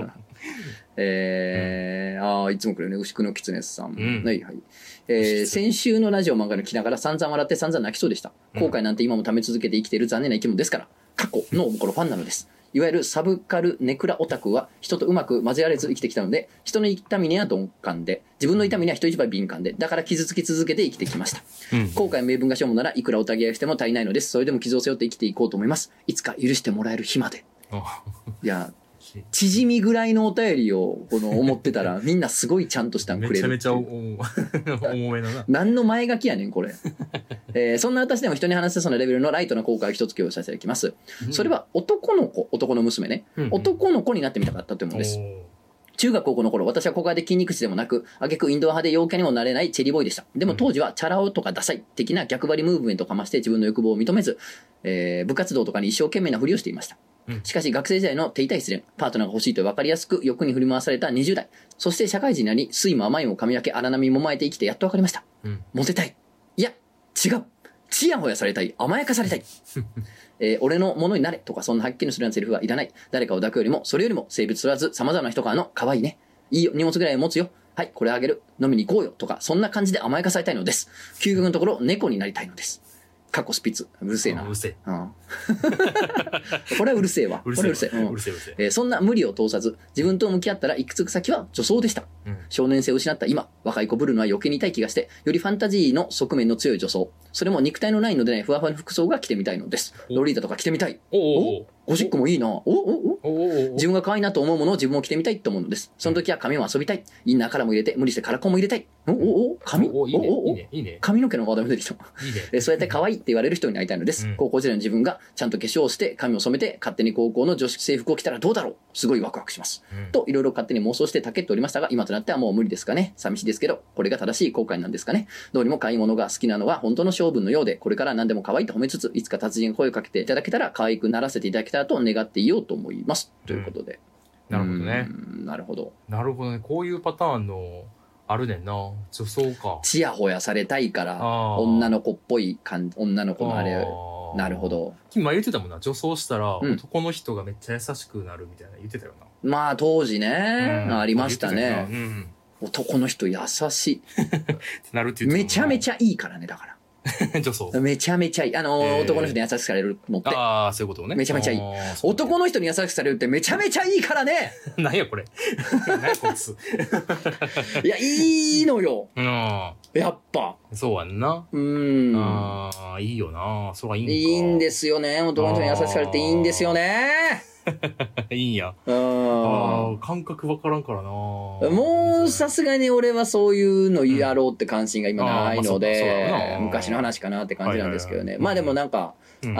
いつも来るね、牛久のキツネスさん。はいはい。先週のラジオ漫画の聞きながら散々笑って散々泣きそうでした。後悔なんて今も溜め続けて生きている残念な生き物ですから、過去のおもころファンなのです。いわゆるサブカルネクラオタクは人とうまく混ぜられず生きてきたので、人の痛みには鈍感で、自分の痛みには人一倍敏感で、だから傷つき続けて生きてきました。後悔明文がしょうもならいくらおたげ合いしても足りないのです。それでも傷を背負って生きていこうと思います。いつか許してもらえる日まで。いや、縮みぐらいのお便りを思ってたらみんなすごいちゃんとしたんくれる。 めちゃめちゃ重めだな。 何の前書きやねんこれ。そんな私でも人に話せそうなレベルのライトな後悔を一つ共有させていただきます。それは男の娘ね、男の子になってみたかったというものです。中学高校の頃、私は小柄で筋肉質でもなく、挙句インドア派で陽キャにもなれないチェリーボーイでした。でも当時はチャラ男とかダサい的な逆張りムーブメントをかまして自分の欲望を認めず、部活動とかに一生懸命なふりをしていました。しかし学生時代の手痛い失恋、パートナーが欲しいと分かりやすく欲に振り回された20代、そして社会人になり、酸いも甘いも噛み分け荒波もまえて生きてやっと分かりました。モテたい。いや、違う。ちやほやされたい。甘やかされたい。俺のものになれとかそんなはっきりするようなセリフはいらない。誰かを抱くよりも、それよりも性別問わず様々な人からの可愛いね。いいよ、荷物ぐらい持つよ。はい、これあげる。飲みに行こうよ。とか、そんな感じで甘やかされたいのです。究極のところ、猫になりたいのです。過去スピッツ。うるせえな。 うるせえ。 これはうるせえわ。これうるせえ。そんな無理を通さず、自分と向き合ったら行くつく先は女装でした。少年性を失った今、若い子ぶるのは余計に痛い気がして、よりファンタジーの側面の強い女装。それも肉体のないのでないふわふわの服装が着てみたいのです。ロリータとか着てみたい。ゴシックもいいな。自分が可愛いなと思うものを自分も着てみたいと思うのです。その時は髪も遊びたい。インナーカラーも入れて、無理してカラコンも入れたい。髪髪の毛のワードが出てきた。そうやって可愛いって言われる人になりたいのです。高校時代の自分がちゃんと化粧をして髪を染めて勝手に高校の女子制服を着たらどうだろう。すごいワクワクします。といろいろ勝手に妄想してたけっておりましたが、今となってはもう無理ですかね。寂しいですけど、これが正しい後悔なんですかね。どうにも買い物が好きなのは本当の性分のようで、これから何でも可愛いと褒めつつ、いつか達人に声をかけていただけたら可愛くならせていただけたらと願っていようと思います。ということで。 なるほどね。 なるほど。 なるほどね。こういうパターンのあるねんな。女装か。 ちやほやされたいから、女の子っぽい女の子のあれ。なるほど。 君前言ってたもんな。女装したら男の人がめっちゃ優しくなるみたいな言ってたよな。 まあ当時ね、ありましたね。男の人優しい。 なるってめちゃめちゃいいからね、だから。 女装めちゃめちゃいい。男の人に優しくされるのって。 ああ、そういうことね。 めちゃめちゃいい。男の人に優しくされるってめちゃめちゃいいからね。 何やこれ。何やこいつ。 いや、いいのよ。やっぱ。 そうやんな。ああ、いいよな。それはいいんか。 いいんですよね。男の人に優しくされていいんですよね。 いいんや。感覚わからんからな。 もうさすがに俺はそういうのやろうって関心が今ないので、昔の話かなって感じなんですけどね。まあでもなんか、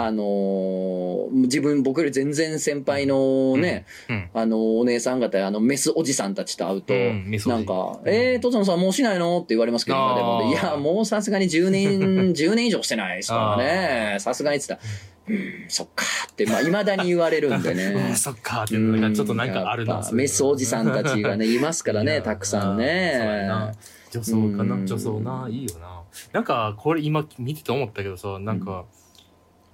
僕より全然先輩のね、お姉さん方、メスおじさんたちと会うと、なんか、とつのさんもうしないのって言われますけど、でも、いや、もうさすがに10年以上してないですからね。さすがにって言ったら、そっかって、まあ、未だに言われるんでね。 そっかって、なんかちょっとなんかあるな。 メスおじさんたちがね、いますからね、たくさんね。 女装かな、女装な、いいよな。なんか、これ今見てて思ったけどさ、なんか、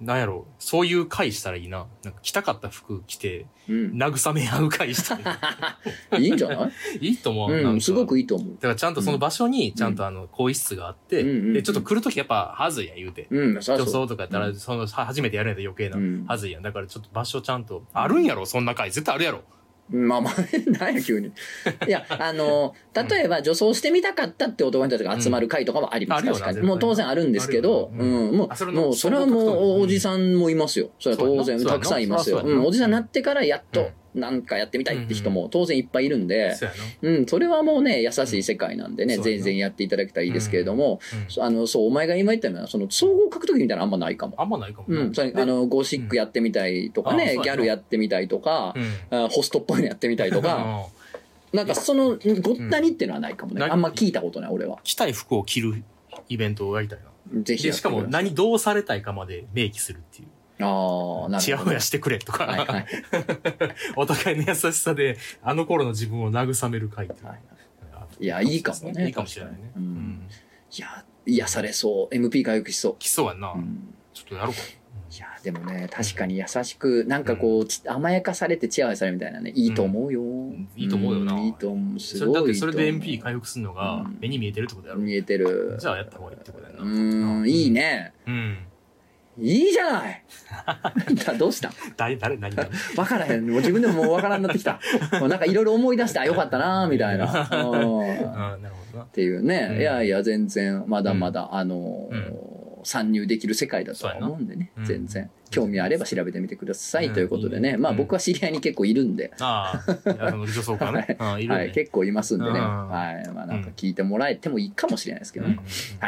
なんやろ、そういう会したらいいな。なんか着たかった服着て、慰め合う会したらいいんじゃないいいと思う。 うん、すごくいいと思う。 だからちゃんとその場所に、ちゃんと更衣室があって、で、ちょっと来るときやっぱ、はずいやん言うて。女装とかやったら、初めてやるんやったら余計な、はずいやん。だからちょっと場所ちゃんと、あるんやろそんな会。絶対あるやろ。 まあまあ、なんや急に。いや、例えば女装してみたかったって男の人たちが集まる会とかはあります。確かに。もう当然あるんですけど、もう、それはもうおじさんもいますよ。それは当然たくさんいますよ。おじさんになってからやっと、なんかやってみたいって人も当然いっぱいいるんで、それはもうね、優しい世界なんでね、全然やっていただけたらいいですけれども、そう、お前が今言ったのは、その、総合格闘技みたいなのあんまないかも。 あんまないかも。 ゴシックやってみたいとかね、ギャルやってみたいとか、ホストっぽいのやってみたいとか、なんかその、ごったにっていうのはないかもね。あんま聞いたことない、俺は。 着たい服を着るイベントをやりたいな。 ぜひ。 しかもどうされたいかまで明記するっていう。 ああ、なるほど。 ちやほやしてくれとか、お互いの優しさで、あの頃の自分を慰める会っていう。 いや、いいかもね。 いいかもしれないね。 いや、癒されそう。MP 回復しそう。 来そうやんな。ちょっとやろうか。 いや、でもね、確かに優しく、なんかこう、甘やかされてチヤホヤされるみたいなね、いいと思うよ。 いいと思うよな。 いいと思う。すごい。 だってそれで MP 回復するのが目に見えてるってことやろ。 見えてる。 じゃあやった方がいいってことやな。 いいね。いいじゃないどうした何わからへん。もう自分でももうわからんなってきた。もうなんかいろいろ思い出して、あ、よかったなみたいな。 なるほどな。 っていうね。いやいや、全然、まだまだ、参入できる世界だとは思うんでね。全然。興味あれば調べてみてください。ということでね。まあ僕は知り合いに結構いるんで。 女装家ね。 はい。結構いますんでね。はい。まあなんか聞いてもらえてもいいかもしれないですけどね。はい。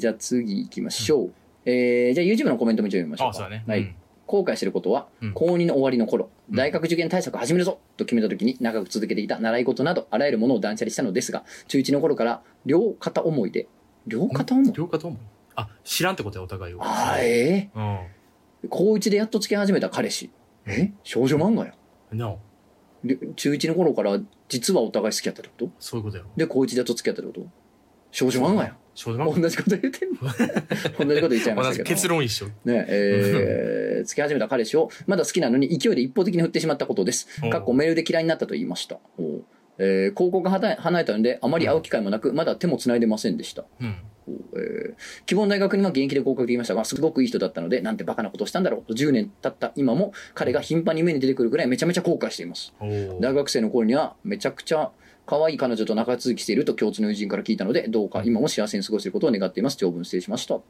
じゃあ次行きましょう。じゃあ YouTube のコメントも一応読みましょうか。 そうだね。 はい。後悔してることは、高2の終わりの頃、大学受験対策を始めるぞと決めた時に長く続けていた習い事などあらゆるものを断捨離したのですが、中1の頃から両片思いで、両片思いあ、知らんってことや、お互いを。 高1でやっと付き始めた彼氏。少女漫画や。中1の頃から実はお互い好きやったってこと？ そういうことやろ。 で、高1でやっと付き合ったってこと？少女漫画や。同じこと言ってんの同じこと言っちゃいましたけど。 結論一緒。 ね、付き始めた彼氏をまだ好きなのに勢いで一方的に振ってしまったことです。メールで嫌いになったと言いました。高校が離れたのであまり会う機会もなく、まだ手も繋いでませんでした。希望の大学には現役で合格できましたが、すごくいい人だったので、なんてバカなことをしたんだろうと10年経った今も彼が頻繁に目に出てくるくらいめちゃめちゃ後悔しています。大学生の頃にはめちゃくちゃ可愛い彼女と仲続きしていると共通の友人から聞いたので、どうか今も幸せに過ごせることを願っています。長文失礼しました。まあ、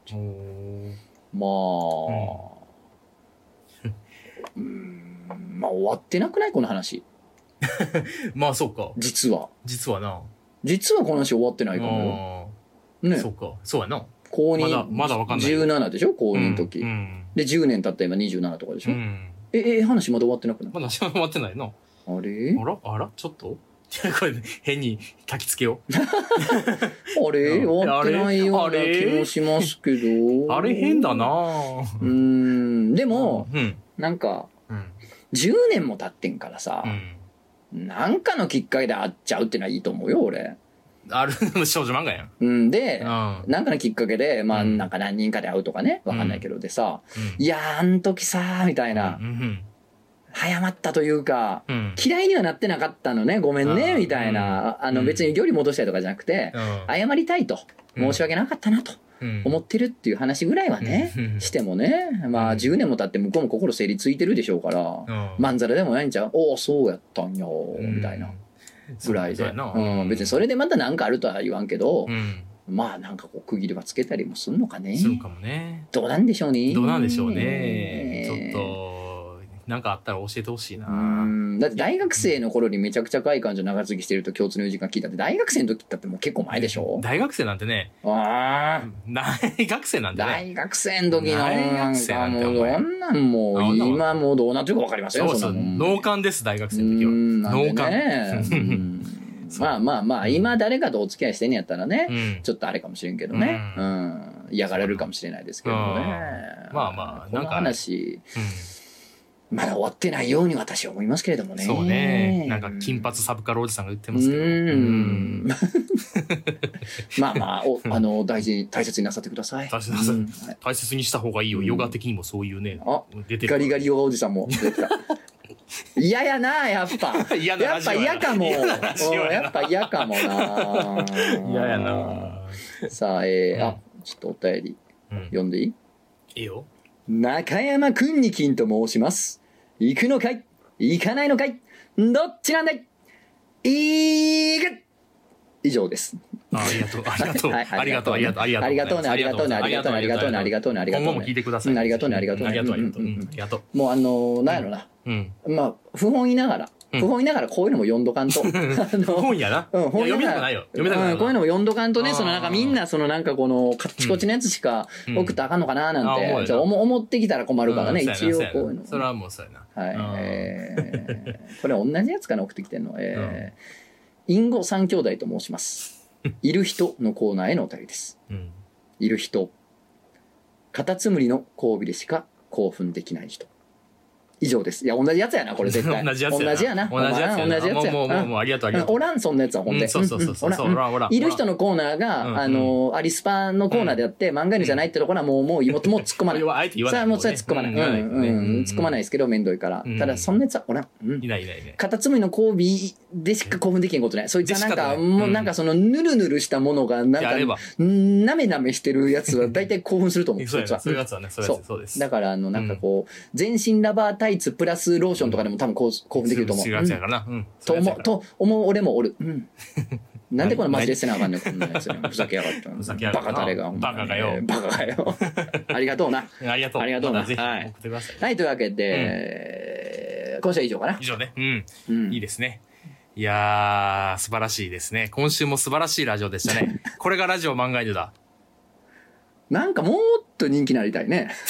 まあ終わってなくないこの話。 まあそうか。 実はな。 実はこの話終わってないかもよ。ね。 そうか。そうやな。 高2。 まだわかんない。 17でしょ高2の時。で、10年経った今27とかでしょ。話まだ終わってなくない？ まだ終わってないな。 あれあらちょっとこれ、変に焚きつけよう。 あれ終わってないような気もしますけど。 あれ変だなでも、なんか、10年も経ってんからさ、なんかのきっかけで会っちゃうってのはいいと思うよ、俺。 少女漫画やん。 で、なんかのきっかけで、まあなんか何人かで会うとかね、わかんないけどでさ、いやー、あん時さー、みたいな。早まったというか、嫌いにはなってなかったのね、ごめんね、みたいな。別に距離戻したりとかじゃなくて、謝りたいと。申し訳なかったなと。思ってるっていう話ぐらいはね、してもね、まあ10年も経って向こうも心整理ついてるでしょうから、まんざらでもないんちゃう？おお、そうやったんや、みたいな。ぐらいで。別にそれでまた何かあるとは言わんけど、まあなんかこう区切りはつけたりもするのかね。 するかもね。 どうなんでしょうね。 ちょっと、なんかあったら教えてほしいな。 だって大学生の頃にめちゃくちゃ可愛い感じの長続きしてると共通の友人が聞いたって、大学生の時だってもう結構前でしょ？ 大学生なんてね。 大学生なんてね。 大学生の時のなんかもうどんなんもう今もうどうなってるか分かりませんよ。 そう脳幹です、大学生の時は。脳幹。 まあ今誰かとお付き合いしてんやったらね、ちょっとあれかもしれんけどね。嫌がられるかもしれないですけどね。 まあなんか。 この話、 まだ終わってないように私は思いますけれどもね。 そうね。なんか金髪サブカルおじさんが言ってますけど。 まあまあ、大切になさってください。 大切にした方がいいよ。ヨガ的にもそういうね。 出てる。ガリガリヨガおじさんも出てた。嫌やな、やっぱ。やっぱ嫌かも。やっぱ嫌かもな。 嫌やな。 さあ、ちょっとお便り読んでいい？ いいよ。 中山くんに金と申します。行くのかい？行かないのかい？どっちなんだい？行く！以上です。 ありがとう。ありがとう。ありがとう。ありがとう。 ありがとうね。ありがとうね。ありがとうね。ありがとうね。ありがとうね。ありがとうね。 今後も聞いてください。 ありがとうね。ありがとうね。 ありがとう。ありがとう。ありがとう。 もうなんやろな。まあ不本意ながらこういうのも読んどかんと。 本やな。読みたくないよ。読みたくない。 こういうのも読んどかんとね、なんかみんななんかこのカッチコチのやつしか送ったらあかんのかななんて思ってきたら困るからね、一応こういうの。 それはもうそうやな。 はい。これ同じやつかな、送ってきてんの。インゴ三兄弟と申します。いる人のコーナーへのお便りです。いる人。カタツムリの交尾でしか興奮できない人。以上です。いや、同じやつやな、これ絶対。 同じやつやな。 同じやな。 もうありがとう、ありがとう。 おらん、そんなやつは、ほんで。 そう。 いる人のコーナーが、アリスパのコーナーであって、漫画犬じゃないってところはもう突っ込まない。さあ、もうそれは突っ込まない。突っ込まないですけど、めんどいから。ただ、そんなやつはおらん。 いない。 カタツムリの交尾でしか興奮できんことない。そいつはなんか、もうなんかぬるぬるしたものが、なんか、なめなめしてるやつは大体興奮すると思う。 そういうやつはね、そうです。 だから、なんかこう、全身ラバータイツプラスローションとかでも多分興奮できると思う。と思う俺もおる。なんでこのマジでせなあかんねん、こんなやつ。ふざけやがった。バカ誰が。 バカがよ。 ありがとうな。 ありがとう。 ありがとうな。 ぜひ送ってください。 はい、というわけで、今週は以上かな。 以上ね。いいですね。いやー、素晴らしいですね。今週も素晴らしいラジオでしたね。これがラジオ漫画犬だ。 なんかもっと人気なりたいね。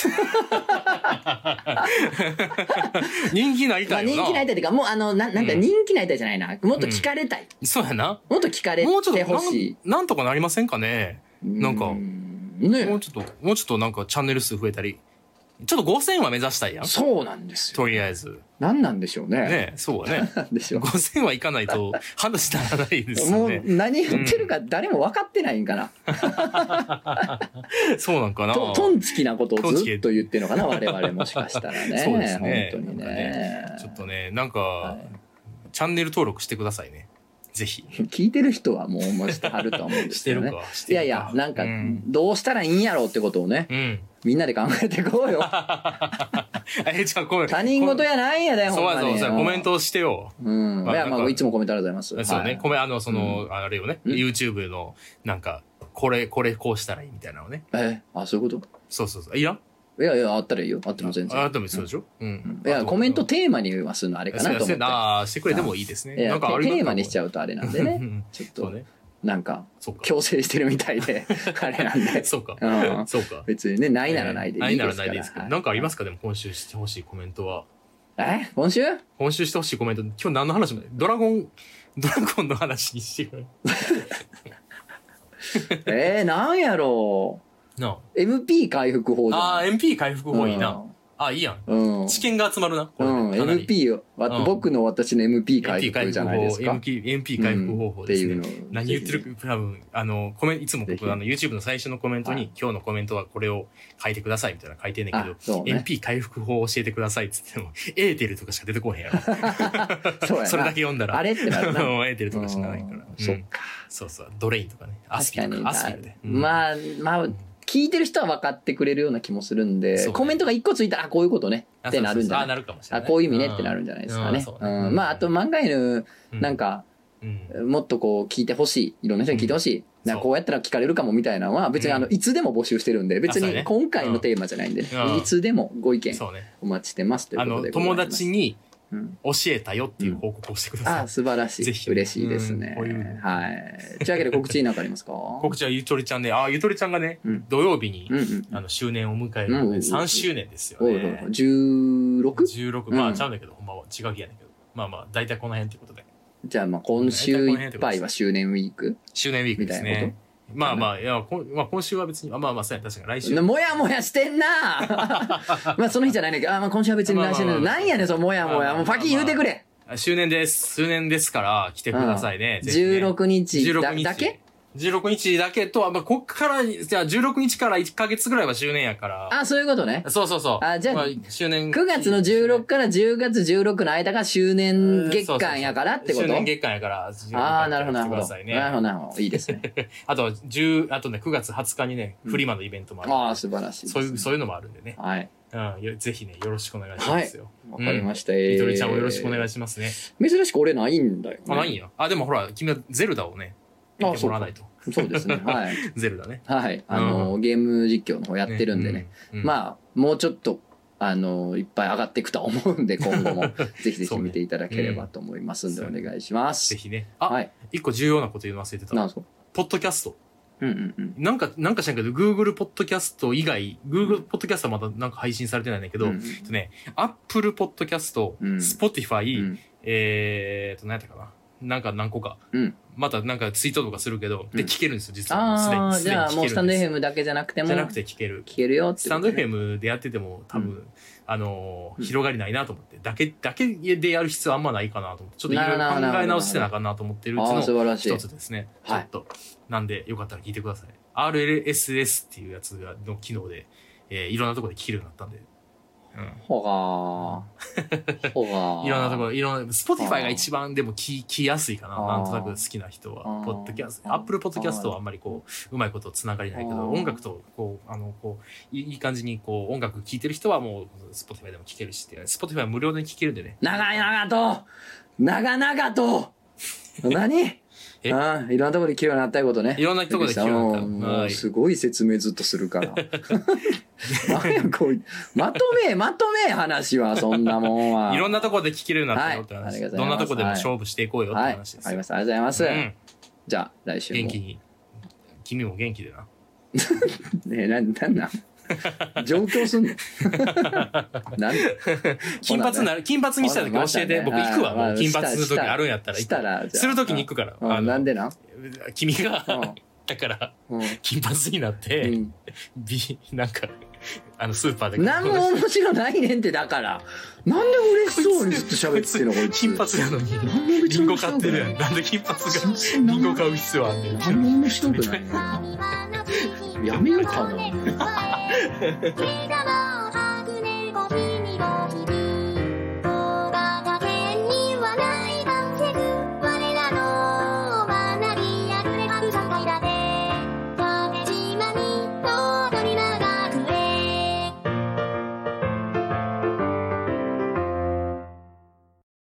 人気なりたいよな。 人気なりたいっていうか、もうなんか人気なりたいじゃないな。もっと聞かれたい。 そうやな。 もっと聞かれてほしい。 なんとかなりませんかね。なんか、もうちょっとなんかチャンネル数増えたり。ちょっと5000は目指したいやん。 そうなんですよ。 とりあえず。 何なんでしょうね。 ね、そうね。 なんでしょう。 5000はいかないと話にならないですよね。 もう何言ってるか誰も分かってないんかな。 そうなんかな。 トンチキなことをずっと言ってるのかな、我々もしかしたらね。 そうですね。 本当にね。 ちょっとね、なんか、チャンネル登録してくださいね。ぜひ。 聞いてる人はもうしてはると思うんですよね。 してるか。 いや、なんか、どうしたらいいんやろうってことをね。みんなで考えていこうよ。他人事やないんやで、ほんまに。 そう、コメントしてよ。 いや、まあ、いつもコメントありがとうございます。 そうね。あれよね。YouTube の、なんか、これこうしたらいいみたいなのね。 そういうこと？ そう。いやいや、あったらいいよ。あっても全然。 あってもそうでしょ？ いや、コメントテーマにはするのあれかなと思って。 してくれてもいいですね。 なんかテーマにしちゃうとあれなんでね。ちょっと。なんか強制してるみたいであれなんでそうか別にねないならないでいいですから。ないならないですけど、 なんかありますか？でも今週してほしいコメントは。 今週してほしいコメント。今日何の話もない。ドラゴンの話にしてくれ。なんやろう。MP 回復法じゃん。 MP 回復法いいな。いいやん。知見が集まるな。 MP 僕の私の MP 回復じゃないですか。 MP 回復方法ですね。何言ってる多分、いつも僕YouTube の最初のコメントに、今日のコメントはこれを書いてくださいみたいな書いてんねんけど、MP 回復法を教えてくださいって言っても、エーテルとかしか出てこへんやろ。それだけ読んだら。 あれってなるな。 エーテルとかしかないから。 そっか。 そう。ドレインとかね。アスピルで。 まあ、聞いてる人は分かってくれるような気もするんで、コメントが1個ついたら、こういうことねってなるんじゃない？ なるかもしれない。 こういう意味ねってなるんじゃないですかね。まあ、あと漫画犬、なんか、もっとこう聞いてほしい。いろんな人に聞いてほしい。こうやったら聞かれるかもみたいなのは、別にいつでも募集してるんで、別に今回のテーマじゃないんで、いつでもご意見お待ちしてますということで。 友達に、教えたよっていう報告をしてください。 素晴らしい。ぜひ。嬉しいですね。はい。というわけで告知なんかありますか？ 告知はゆとりちゃんで、ゆとりちゃんがね、土曜日に、周年を迎えるので、3周年ですよね。16？まあ、ちゃうんだけど、ほんまは違う日やねんけど。まあ、大体この辺ってことで。 じゃあ、今週いっぱいは周年ウィーク周年ウィークですね。 まあまあ、いや、今週は別に、まあまあ、そうや、確かに来週。 もやもやしてんなまあその日じゃないねんけど、まあ今週は別に来週なんやねん、そのもやもや。もうパキン言うてくれ。 周年です。数年ですから、来てくださいね。 16日だけ 16日だけとは、まあ、こっから、じゃあ16日から1ヶ月ぐらいは周年やから。 あ、そういうことね。 そうそうそう。 あ、じゃあ、 まあ、周年。 9月の16から10月16の間が周年月間やからってこと？ 周年月間やから。 ああ、なるほど、なるほど。 なるほど、なるほど。いいですね。 あとね、9月20日にね、フリマのイベントもある。 ああ、素晴らしい。 そういうのもあるんでね。 はい。 うん、ぜひね、よろしくお願いしますよ。 わかりました。 みとりちゃんもよろしくお願いしますね。 珍しく俺ないんだよ。 あ、ないんや。あ、でもほら、君はゼルダをね、見てもらわないと。 そうですね。はい。 ゼルダね。 はい。ゲーム実況の方やってるんでね。まあ、もうちょっと、いっぱい上がっていくと思うんで、今後も、ぜひぜひ見ていただければと思いますんで、お願いします。 ぜひね。あ、一個重要なこと言うの忘れてた。 なんすか？ ポッドキャスト。 なんか知らんけど、Google ポッドキャスト以外、Google ポッドキャストはまだなんか配信されてないんだけど、Apple ポッドキャスト、Spotify、何やったかな。なんか何個か。またなんかツイートとかするけど、で、聞けるんですよ、実は。 ああ、じゃあもうスタンド FM だけじゃなくても。 じゃなくて聞ける。 聞けるよって。 スタンド FM でやってても多分、広がりないなと思って、だけでやる必要あんまないかなと思って、ちょっといろいろ考え直してなあかんなと思ってるうちの一つですね。ちょっと。なんで、よかったら聞いてください。RLSS っていうやつの機能で、いろんなところで聞けるようになったんで。 ほがー。 いろんなところ、Spotify が一番でも聞きやすいかな。なんとなく好きな人は。ポッドキャスト、Apple ポッドキャストはあんまりこう、うまいことつながりないけど、音楽と、いい感じに音楽聴いてる人はもう、Spotify でも聴けるし、Spotify は無料で聴けるんでね。 長々と何いろんなところで聞けるようになったいうことね。 いろんなところで聞けるようになった。 もうすごい説明ずっとするから。まとめ話は、そんなもんは。 いろんなところで聞けるようになったよって話。どんなところでも勝負していこうよって話です。 ありがとうございます。じゃあ、来週も。 元気に。君も元気でな。 ねえ、なん上京すんのなんで金髪にした時教えて。僕行くわ。もう金髪の時あるんやったら行く。する時に行くから。 なんでな君が、だから、金髪になって、なんか、スーパーで。 何も面白ないねんって、だから。なんで嬉しそうにずっと喋ってるのこいつ。 金髪なのに。リンゴ買ってるやん。なんで金髪がリンゴ買う必要あんねん。 何も面白くない。やめようかな。